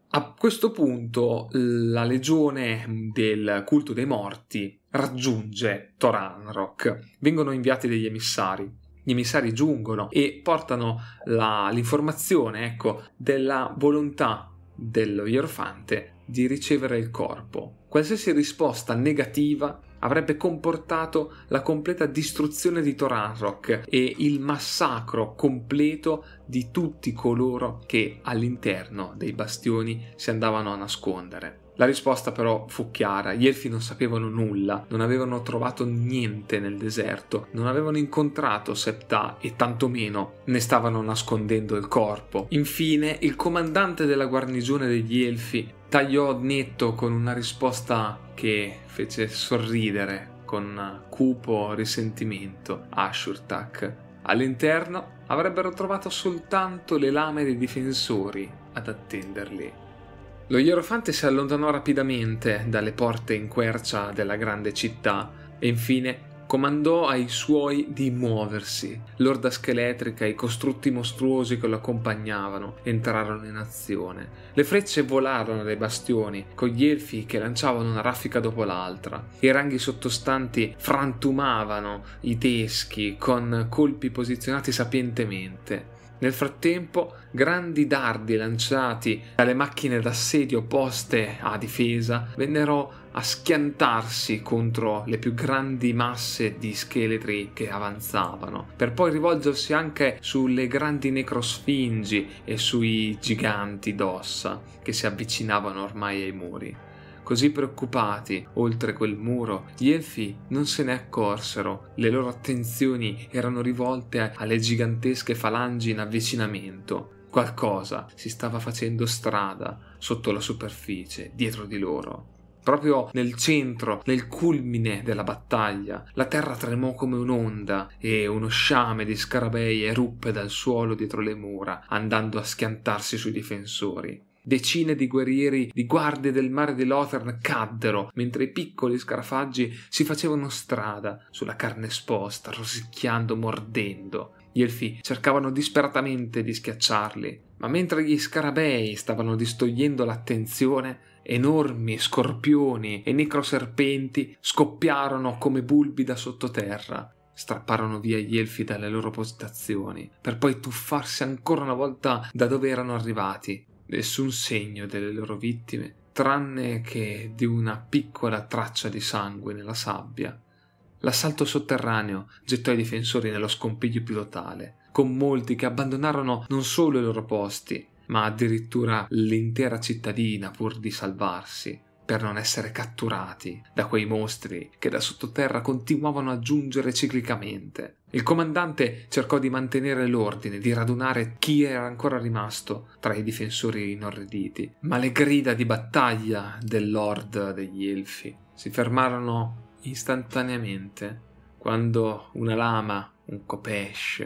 A questo punto la legione del culto dei morti raggiunge Thor Ragnarok. Vengono inviati degli emissari. Gli emissari giungono e portano la, l'informazione, ecco, della volontà dello Ierofante di ricevere il corpo. Qualsiasi risposta negativa avrebbe comportato la completa distruzione di Thor Ragnarok e il massacro completo di tutti coloro che all'interno dei bastioni si andavano a nascondere. La risposta però fu chiara: gli elfi non sapevano nulla, non avevano trovato niente nel deserto, non avevano incontrato Septah e tantomeno ne stavano nascondendo il corpo. Infine il comandante della guarnigione degli elfi tagliò netto con una risposta che fece sorridere con cupo risentimento Ashur-Tak. All'interno avrebbero trovato soltanto le lame dei difensori ad attenderli. Lo Ierofante si allontanò rapidamente dalle porte in quercia della grande città e infine comandò ai suoi di muoversi. L'orda scheletrica e i costrutti mostruosi che lo accompagnavano entrarono in azione. Le frecce volarono dai bastioni, con gli elfi che lanciavano una raffica dopo l'altra. I ranghi sottostanti frantumavano i teschi con colpi posizionati sapientemente. Nel frattempo, grandi dardi lanciati dalle macchine d'assedio poste a difesa vennero a schiantarsi contro le più grandi masse di scheletri che avanzavano, per poi rivolgersi anche sulle grandi necrosfingi e sui giganti d'ossa che si avvicinavano ormai ai muri. Così preoccupati, oltre quel muro, gli elfi non se ne accorsero. Le loro attenzioni erano rivolte alle gigantesche falangi in avvicinamento. Qualcosa si stava facendo strada sotto la superficie, dietro di loro. Proprio nel centro, nel culmine della battaglia, la terra tremò come un'onda e uno sciame di scarabei eruppe dal suolo dietro le mura, andando a schiantarsi sui difensori. Decine di guerrieri di guardie del mare di Lothern caddero, mentre i piccoli scarafaggi si facevano strada sulla carne esposta, rosicchiando, mordendo. Gli elfi cercavano disperatamente di schiacciarli, ma mentre gli scarabei stavano distogliendo l'attenzione, enormi scorpioni e necroserpenti scoppiarono come bulbi da sottoterra. Strapparono via gli elfi dalle loro postazioni, per poi tuffarsi ancora una volta da dove erano arrivati. Nessun segno delle loro vittime, tranne che di una piccola traccia di sangue nella sabbia. L'assalto sotterraneo gettò i difensori nello scompiglio più totale, con molti che abbandonarono non solo i loro posti, ma addirittura l'intera cittadina pur di salvarsi, per non essere catturati da quei mostri che da sottoterra continuavano a giungere ciclicamente. Il comandante cercò di mantenere l'ordine, di radunare chi era ancora rimasto tra i difensori inorriditi, ma le grida di battaglia del Lord degli Elfi si fermarono istantaneamente quando una lama, un Khopesh,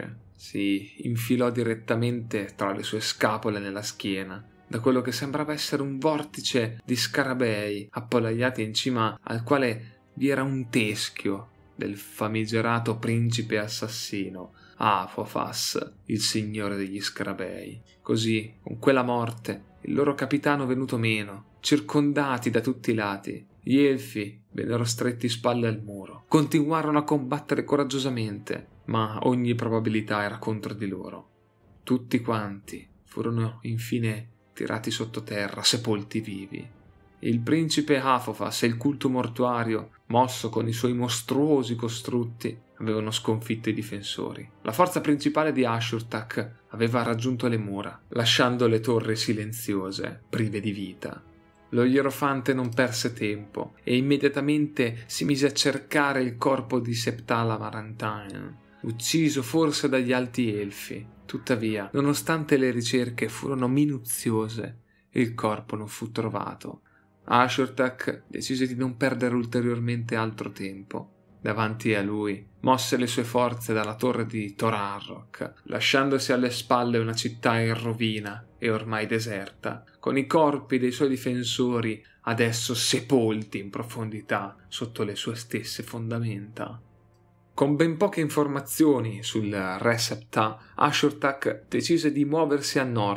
si infilò direttamente tra le sue scapole nella schiena, da quello che sembrava essere un vortice di scarabei appollaiati in cima al quale vi era un teschio del famigerato principe assassino Apophas, il signore degli scarabei. Così, con quella morte, il loro capitano venuto meno, circondati da tutti i lati, gli elfi vennero stretti spalle al muro. Continuarono a combattere coraggiosamente, ma ogni probabilità era contro di loro. Tutti quanti furono infine tirati sottoterra, sepolti vivi. Il principe Apophas e il culto mortuario, mosso con i suoi mostruosi costrutti, avevano sconfitto i difensori. La forza principale di Ashur-Tak aveva raggiunto le mura, lasciando le torri silenziose, prive di vita. Lo Ierofante non perse tempo e immediatamente si mise a cercare il corpo di Septah Lamarantain, ucciso forse dagli alti elfi. Tuttavia, nonostante le ricerche furono minuziose, il corpo non fu trovato. Ashur-Tak decise di non perdere ulteriormente altro tempo. Davanti a lui mosse le sue forze dalla torre di Thor Ragnarok, lasciandosi alle spalle una città in rovina e ormai deserta, con i corpi dei suoi difensori adesso sepolti in profondità sotto le sue stesse fondamenta. Con ben poche informazioni sul re Septah, Ashur-Tak decise di muoversi a nord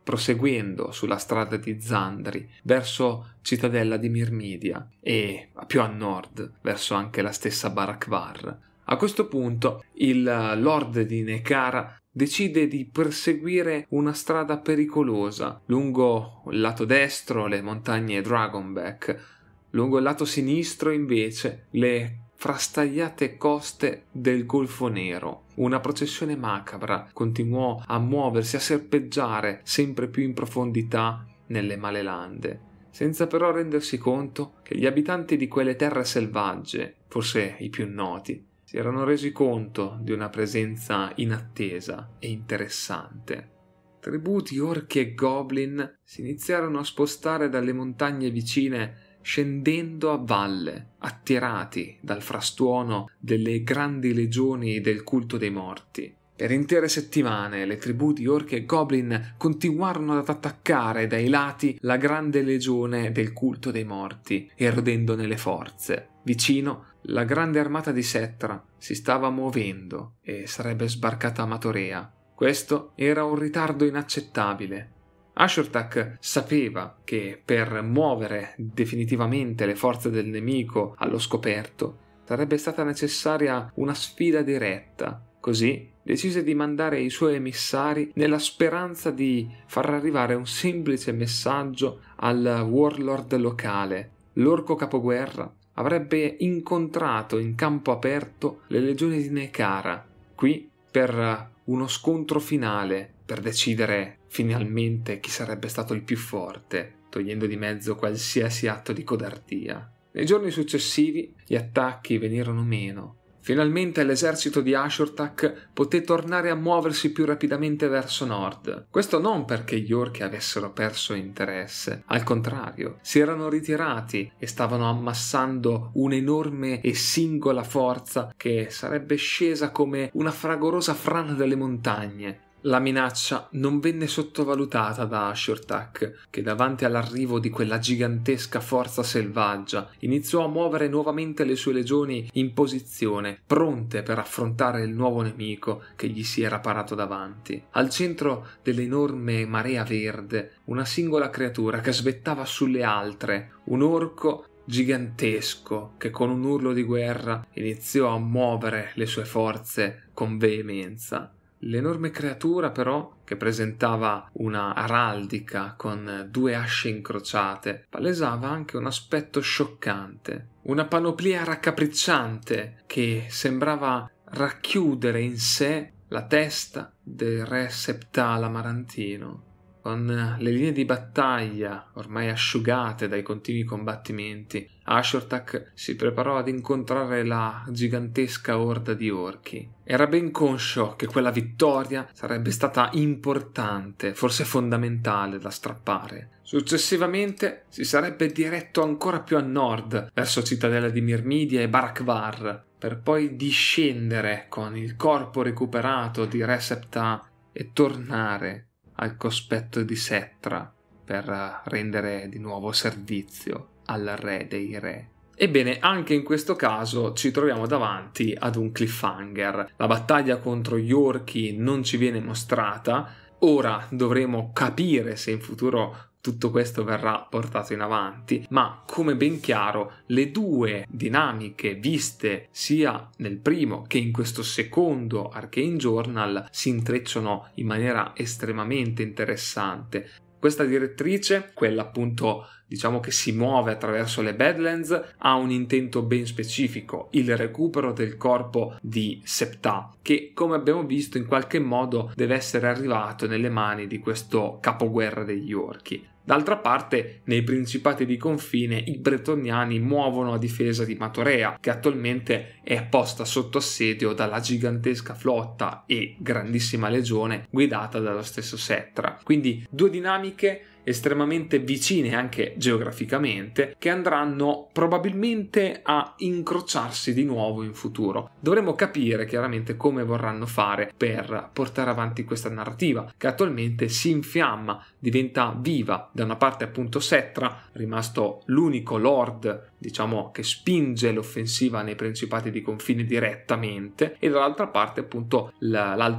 proseguendo sulla strada di Zandri verso Cittadella di Mirmidia e più a nord verso anche la stessa Barakvar. A questo punto il Lord di Nekara decide di perseguire una strada pericolosa lungo il lato destro le montagne Dragonback, lungo il lato sinistro invece le frastagliate coste del Golfo Nero. Una processione macabra continuò a muoversi, a serpeggiare sempre più in profondità nelle Malelande, senza però rendersi conto che gli abitanti di quelle terre selvagge, forse i più noti, si erano resi conto di una presenza inattesa e interessante. Tribù di orchi e goblin si iniziarono a spostare dalle montagne vicine scendendo a valle, attirati dal frastuono delle grandi legioni del culto dei morti. Per intere settimane le tribù di orchi e goblin continuarono ad attaccare dai lati la grande legione del culto dei morti, erodendone le forze. Vicino, la grande armata di Settra si stava muovendo e sarebbe sbarcata a Matorea. Questo era un ritardo inaccettabile. Ashurtak sapeva che per muovere definitivamente le forze del nemico allo scoperto sarebbe stata necessaria una sfida diretta. Così decise di mandare i suoi emissari nella speranza di far arrivare un semplice messaggio al warlord locale. L'orco capoguerra avrebbe incontrato in campo aperto le legioni di Nekara, qui per uno scontro finale, per decidere finalmente chi sarebbe stato il più forte, togliendo di mezzo qualsiasi atto di codardia. Nei giorni successivi gli attacchi venirono meno. Finalmente l'esercito di Ashurtak poté tornare a muoversi più rapidamente verso nord. Questo non perché gli orchi avessero perso interesse, al contrario, si erano ritirati e stavano ammassando un'enorme e singola forza che sarebbe scesa come una fragorosa frana delle montagne. La minaccia non venne sottovalutata da Ashurtak, che davanti all'arrivo di quella gigantesca forza selvaggia iniziò a muovere nuovamente le sue legioni in posizione, pronte per affrontare il nuovo nemico che gli si era parato davanti. Al centro dell'enorme marea verde, una singola creatura che svettava sulle altre, un orco gigantesco che con un urlo di guerra iniziò a muovere le sue forze con veemenza. L'enorme creatura però, che presentava una araldica con due asce incrociate, palesava anche un aspetto scioccante, una panoplia raccapricciante che sembrava racchiudere in sé la testa del re Septal Amarantino. Con le linee di battaglia ormai asciugate dai continui combattimenti, Ashurtak si preparò ad incontrare la gigantesca orda di orchi. Era ben conscio che quella vittoria sarebbe stata importante, forse fondamentale da strappare. Successivamente si sarebbe diretto ancora più a nord, verso Cittadella di Mirmidia e Barakvar, per poi discendere con il corpo recuperato di Re Septa e tornare al cospetto di Settra per rendere di nuovo servizio al re dei re. Ebbene, anche in questo caso ci troviamo davanti ad un cliffhanger. La battaglia contro gli orchi non ci viene mostrata. Ora dovremo capire se in futuro tutto questo verrà portato in avanti, ma come ben chiaro le due dinamiche viste sia nel primo che in questo secondo Arcane Journal si intrecciano in maniera estremamente interessante. Questa direttrice, quella appunto diciamo che si muove attraverso le Badlands, ha un intento ben specifico, il recupero del corpo di Septa, che come abbiamo visto in qualche modo deve essere arrivato nelle mani di questo capoguerra degli orchi. D'altra parte, nei principati di confine, i bretoniani muovono a difesa di Matorea, che attualmente è posta sotto assedio dalla gigantesca flotta e grandissima legione guidata dallo stesso Settra. Quindi due dinamiche estremamente vicine anche geograficamente, che andranno probabilmente a incrociarsi di nuovo in futuro. Dovremo capire chiaramente come vorranno fare per portare avanti questa narrativa, che attualmente si infiamma, diventa viva. Da una parte appunto Settra, rimasto l'unico lord diciamo che spinge l'offensiva nei principati di confine direttamente, e dall'altra parte appunto l'altro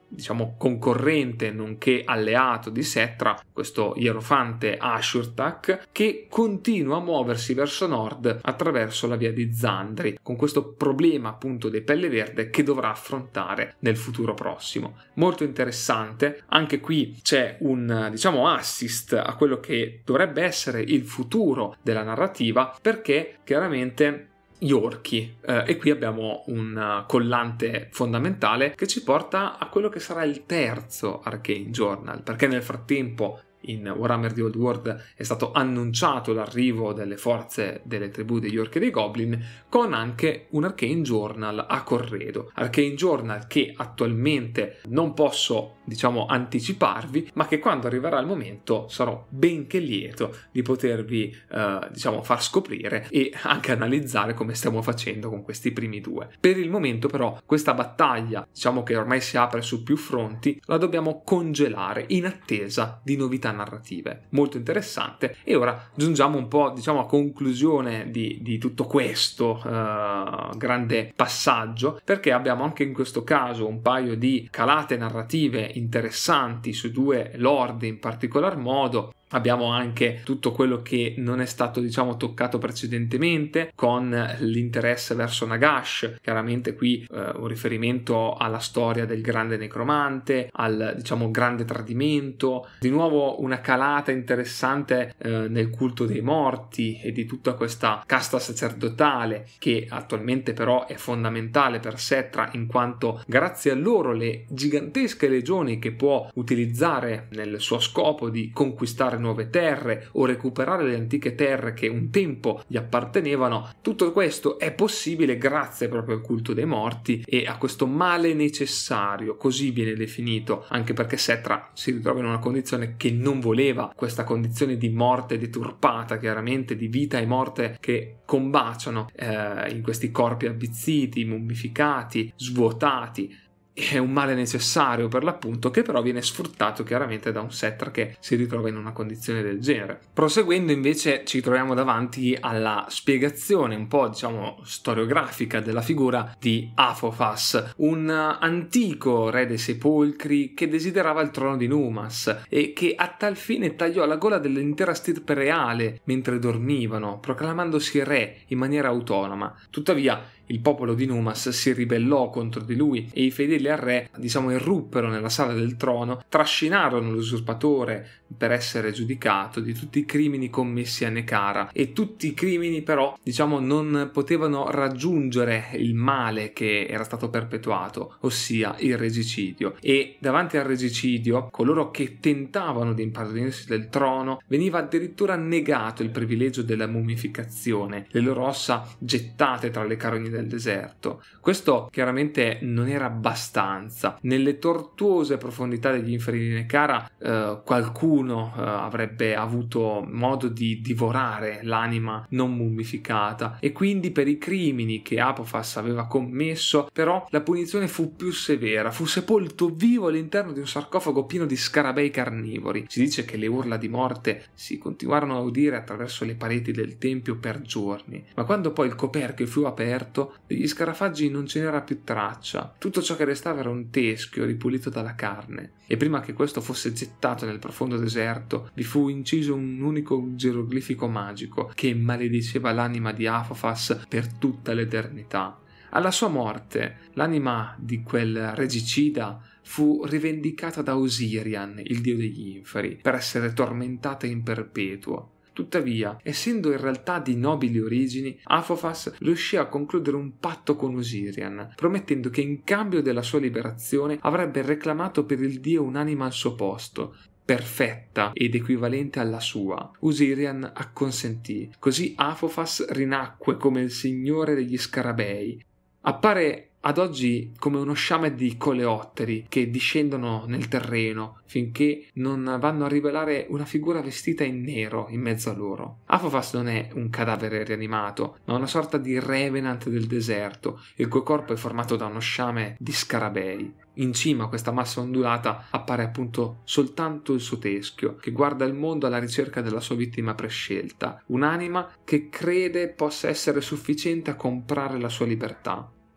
diciamo concorrente nonché alleato di Settra, questo ierofante Ashur-Tak, che continua a muoversi verso nord attraverso la via di Zandri, con questo problema appunto dei Pelle Verde che dovrà affrontare nel futuro prossimo. Molto interessante, anche qui c'è un diciamo assist a quello che dovrebbe essere il futuro della narrativa, perché chiaramente gli orchi, eh, e qui abbiamo un collante fondamentale che ci porta a quello che sarà il terzo Arcane Journal, perché nel frattempo in Warhammer The Old World è stato annunciato l'arrivo delle forze delle tribù degli orchi e dei goblin, con anche un Arcane Journal a corredo. Arcane Journal che attualmente non posso diciamo anticiparvi, ma che quando arriverà il momento sarò benché lieto di potervi eh, diciamo far scoprire e anche analizzare, come stiamo facendo con questi primi due. Per il momento però questa battaglia, diciamo che ormai si apre su più fronti, la dobbiamo congelare in attesa di novità narrative. Molto interessante. E ora giungiamo un po' diciamo a conclusione di, di tutto questo uh, grande passaggio, perché abbiamo anche in questo caso un paio di calate narrative interessanti su due lord in particolar modo. Abbiamo anche tutto quello che non è stato diciamo toccato precedentemente, con l'interesse verso Nagash, chiaramente qui eh, un riferimento alla storia del grande necromante, al diciamo grande tradimento, di nuovo una calata interessante eh, nel culto dei morti e di tutta questa casta sacerdotale che attualmente però è fondamentale per Settra, in quanto grazie a loro le gigantesche legioni che può utilizzare nel suo scopo di conquistare nuove terre o recuperare le antiche terre che un tempo gli appartenevano, tutto questo è possibile grazie proprio al culto dei morti e a questo male necessario, così viene definito, anche perché Settra si ritrova in una condizione che non voleva, questa condizione di morte deturpata, chiaramente di vita e morte che combaciano eh, in questi corpi avvizziti, mummificati, svuotati. È un male necessario per l'appunto, che però viene sfruttato chiaramente da un Settra che si ritrova in una condizione del genere. Proseguendo invece ci troviamo davanti alla spiegazione un po' diciamo storiografica della figura di Apophas, un antico re dei sepolcri che desiderava il trono di Numas e che a tal fine tagliò la gola dell'intera stirpe reale mentre dormivano, proclamandosi re in maniera autonoma. Tuttavia il popolo di Numas si ribellò contro di lui e i fedeli al re, diciamo, irruppero nella sala del trono, trascinarono l'usurpatore per essere giudicato di tutti i crimini commessi a Nekara, e tutti i crimini però, diciamo, non potevano raggiungere il male che era stato perpetuato, ossia il regicidio. E davanti al regicidio, coloro che tentavano di impadronirsi del trono, veniva addirittura negato il privilegio della mummificazione, le loro ossa gettate tra le carogne del deserto. Questo chiaramente non era abbastanza. Nelle tortuose profondità degli inferi di Nekara eh, qualcuno eh, avrebbe avuto modo di divorare l'anima non mummificata, e quindi per i crimini che Apophas aveva commesso però la punizione fu più severa. Fu sepolto vivo all'interno di un sarcofago pieno di scarabei carnivori. Si dice che le urla di morte si continuarono a udire attraverso le pareti del tempio per giorni, ma quando poi il coperchio fu aperto degli scarafaggi non ce n'era più traccia. Tutto ciò che restava era un teschio ripulito dalla carne, e prima che questo fosse gettato nel profondo deserto vi fu inciso un unico geroglifico magico che malediceva l'anima di Apophas per tutta l'eternità. Alla sua morte l'anima di quel regicida fu rivendicata da Osirian, il dio degli inferi, per essere tormentata in perpetuo. Tuttavia, essendo in realtà di nobili origini, Apophas riuscì a concludere un patto con Osirian, promettendo che in cambio della sua liberazione avrebbe reclamato per il dio un'anima al suo posto, perfetta ed equivalente alla sua. Osirian acconsentì, così Apophas rinacque come il signore degli scarabei. Appare ad oggi come uno sciame di coleotteri che discendono nel terreno finché non vanno a rivelare una figura vestita in nero in mezzo a loro. Apophas non è un cadavere rianimato, ma una sorta di revenant del deserto, il cui corpo è formato da uno sciame di scarabei. In cima a questa massa ondulata appare appunto soltanto il suo teschio, che guarda il mondo alla ricerca della sua vittima prescelta, un'anima che crede possa essere sufficiente a comprare la sua libertà.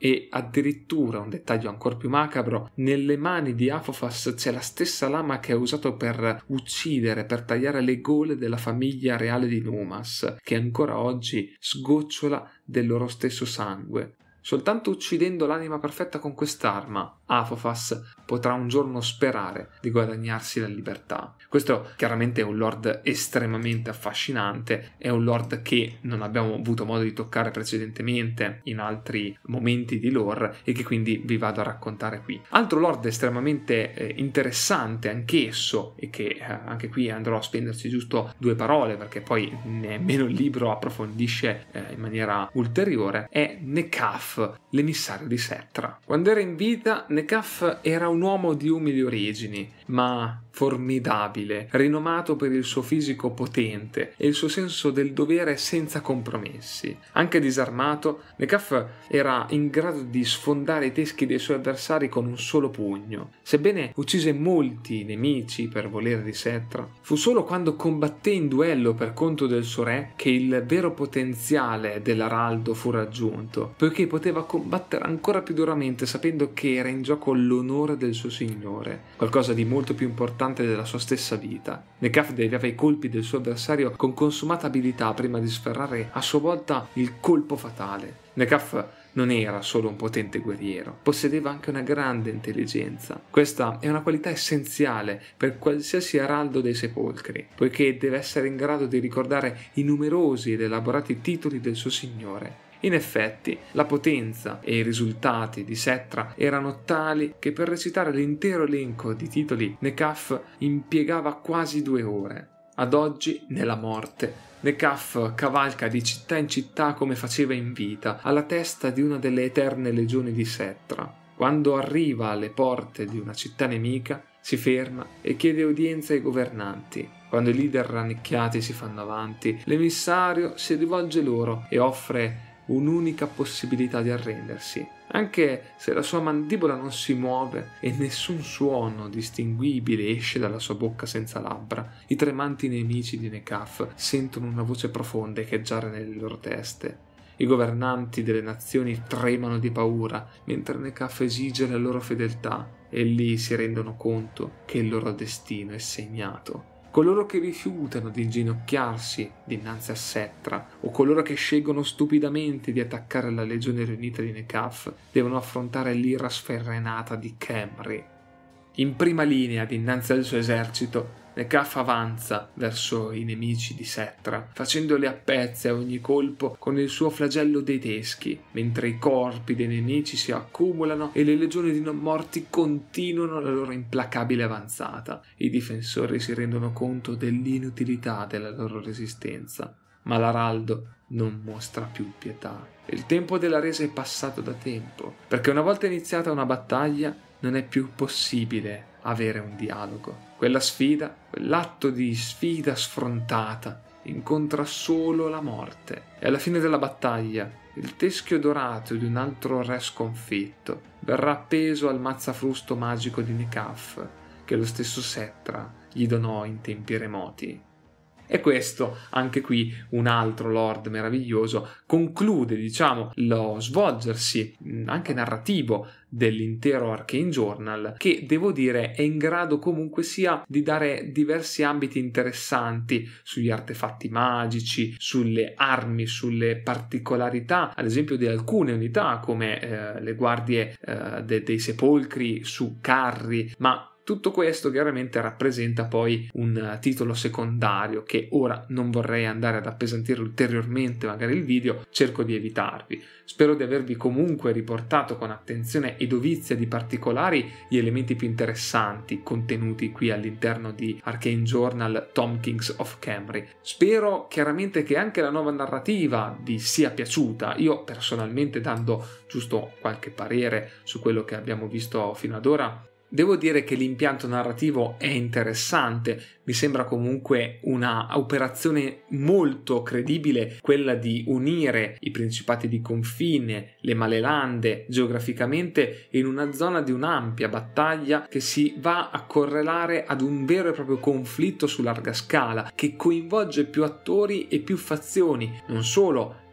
e addirittura, un dettaglio ancora più macabro, nelle mani di Apophas c'è la stessa lama che ha usato per uccidere, per tagliare le gole della famiglia reale di Numas, che ancora oggi sgocciola del loro stesso sangue. Soltanto uccidendo l'anima perfetta con quest'arma, Apophas potrà un giorno sperare di guadagnarsi la libertà. Questo chiaramente è un lord estremamente affascinante, è un lord che non abbiamo avuto modo di toccare precedentemente in altri momenti di lore e che quindi vi vado a raccontare qui. Altro lord estremamente eh, interessante anch'esso, e che eh, anche qui andrò a spenderci giusto due parole perché poi nemmeno il libro approfondisce eh, in maniera ulteriore, è Nekaf, l'emissario di Settra. Quando era in vita, Nekaf era un uomo di umili origini, ma formidabile, rinomato per il suo fisico potente e il suo senso del dovere senza compromessi. Anche disarmato, Nekaf era in grado di sfondare i teschi dei suoi avversari con un solo pugno. Sebbene uccise molti nemici per volere di Settra, fu solo quando combatté in duello per conto del suo re che il vero potenziale dell'araldo fu raggiunto, poiché poteva combattere ancora più duramente sapendo che era in gioco l'onore del suo signore, qualcosa di molto più importante della sua stessa vita. Nekaf deviava i colpi del suo avversario con consumata abilità prima di sferrare a sua volta il colpo fatale. Nekaf non era solo un potente guerriero, possedeva anche una grande intelligenza. Questa è una qualità essenziale per qualsiasi araldo dei sepolcri, poiché deve essere in grado di ricordare i numerosi ed elaborati titoli del suo signore. In effetti, la potenza e i risultati di Settra erano tali che per recitare l'intero elenco di titoli Nekaf impiegava quasi due ore. Ad oggi, nella morte, Nekaf cavalca di città in città come faceva in vita, alla testa di una delle eterne legioni di Settra. Quando arriva alle porte di una città nemica, si ferma e chiede udienza ai governanti. Quando i leader rannicchiati si fanno avanti, l'emissario si rivolge loro e offre un'unica possibilità di arrendersi. Anche se la sua mandibola non si muove e nessun suono distinguibile esce dalla sua bocca senza labbra, i tremanti nemici di Nekaf sentono una voce profonda echeggiare nelle loro teste. I governanti delle nazioni tremano di paura mentre Nekaf esige la loro fedeltà e lì si rendono conto che il loro destino è segnato. Coloro che rifiutano di inginocchiarsi dinanzi a Settra o coloro che scelgono stupidamente di attaccare la legione riunita di Nekaf devono affrontare l'ira sfrenata di Khemri. In prima linea dinanzi al suo esercito, Nekaf avanza verso i nemici di Settra, facendoli a pezzi a ogni colpo con il suo flagello dei teschi, mentre i corpi dei nemici si accumulano e le legioni di non morti continuano la loro implacabile avanzata. I difensori si rendono conto dell'inutilità della loro resistenza, ma l'araldo non mostra più pietà. Il tempo della resa è passato da tempo, perché una volta iniziata una battaglia non è più possibile avere un dialogo. Quella sfida, quell'atto di sfida sfrontata, incontra solo la morte. E alla fine della battaglia, il teschio dorato di un altro re sconfitto verrà appeso al mazzafrusto magico di Nekaf, che lo stesso Settra gli donò in tempi remoti. E questo, anche qui, un altro lord meraviglioso, conclude, diciamo, lo svolgersi anche narrativo dell'intero Arcane Journal, che devo dire è in grado comunque sia di dare diversi ambiti interessanti sugli artefatti magici, sulle armi, sulle particolarità, ad esempio di alcune unità come eh, le guardie eh, de- dei sepolcri su carri, ma tutto questo chiaramente rappresenta poi un titolo secondario che ora non vorrei andare ad appesantire ulteriormente magari il video, cerco di evitarvi. Spero di avervi comunque riportato con attenzione e dovizia di particolari gli elementi più interessanti contenuti qui all'interno di Arcane Journal Tomb Kings of Khemri. Spero chiaramente che anche la nuova narrativa vi sia piaciuta. Io personalmente, dando giusto qualche parere su quello che abbiamo visto fino ad ora, devo dire che l'impianto narrativo è interessante, mi sembra comunque una operazione molto credibile quella di unire i principati di confine, le Malelande, geograficamente in una zona di un'ampia battaglia che si va a correlare ad un vero e proprio conflitto su larga scala, che coinvolge più attori e più fazioni, non solo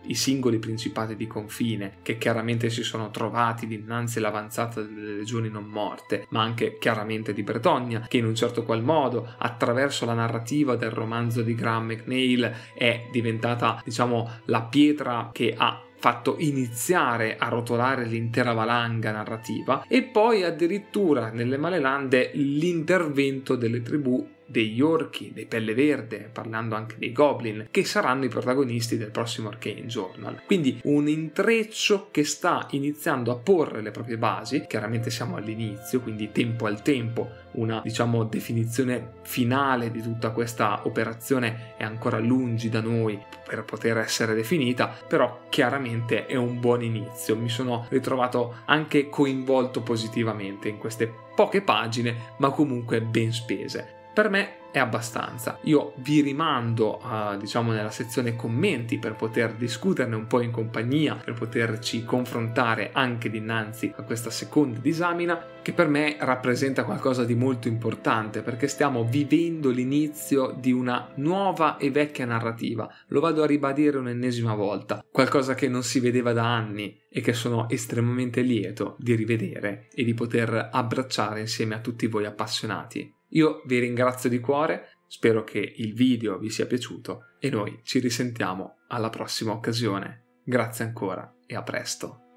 i singoli principati di confine, che chiaramente si sono trovati dinanzi all'avanzata delle legioni non morte, ma anche chiaramente di Bretonnia, che in un certo qual modo, attraverso la narrativa del romanzo di Graham McNeill, è diventata, diciamo, la pietra che ha fatto iniziare a rotolare l'intera valanga narrativa, e poi addirittura nelle Malelande l'intervento delle tribù degli orchi, dei pelle verde, parlando anche dei goblin, che saranno i protagonisti del prossimo Arcane Journal. Quindi un intreccio che sta iniziando a porre le proprie basi. Chiaramente siamo all'inizio, quindi tempo al tempo, una, diciamo, definizione finale di tutta questa operazione è ancora lungi da noi per poter essere definita, però chiaramente è un buon inizio. Mi sono ritrovato anche coinvolto positivamente in queste poche pagine, ma comunque ben spese. Per me è abbastanza. Io vi rimando a, diciamo, nella sezione commenti per poter discuterne un po' in compagnia, per poterci confrontare anche dinanzi a questa seconda disamina, che per me rappresenta qualcosa di molto importante, perché stiamo vivendo l'inizio di una nuova e vecchia narrativa. Lo vado a ribadire un'ennesima volta, qualcosa che non si vedeva da anni e che sono estremamente lieto di rivedere e di poter abbracciare insieme a tutti voi appassionati. Io vi ringrazio di cuore, spero che il video vi sia piaciuto e noi ci risentiamo alla prossima occasione. Grazie ancora e a presto.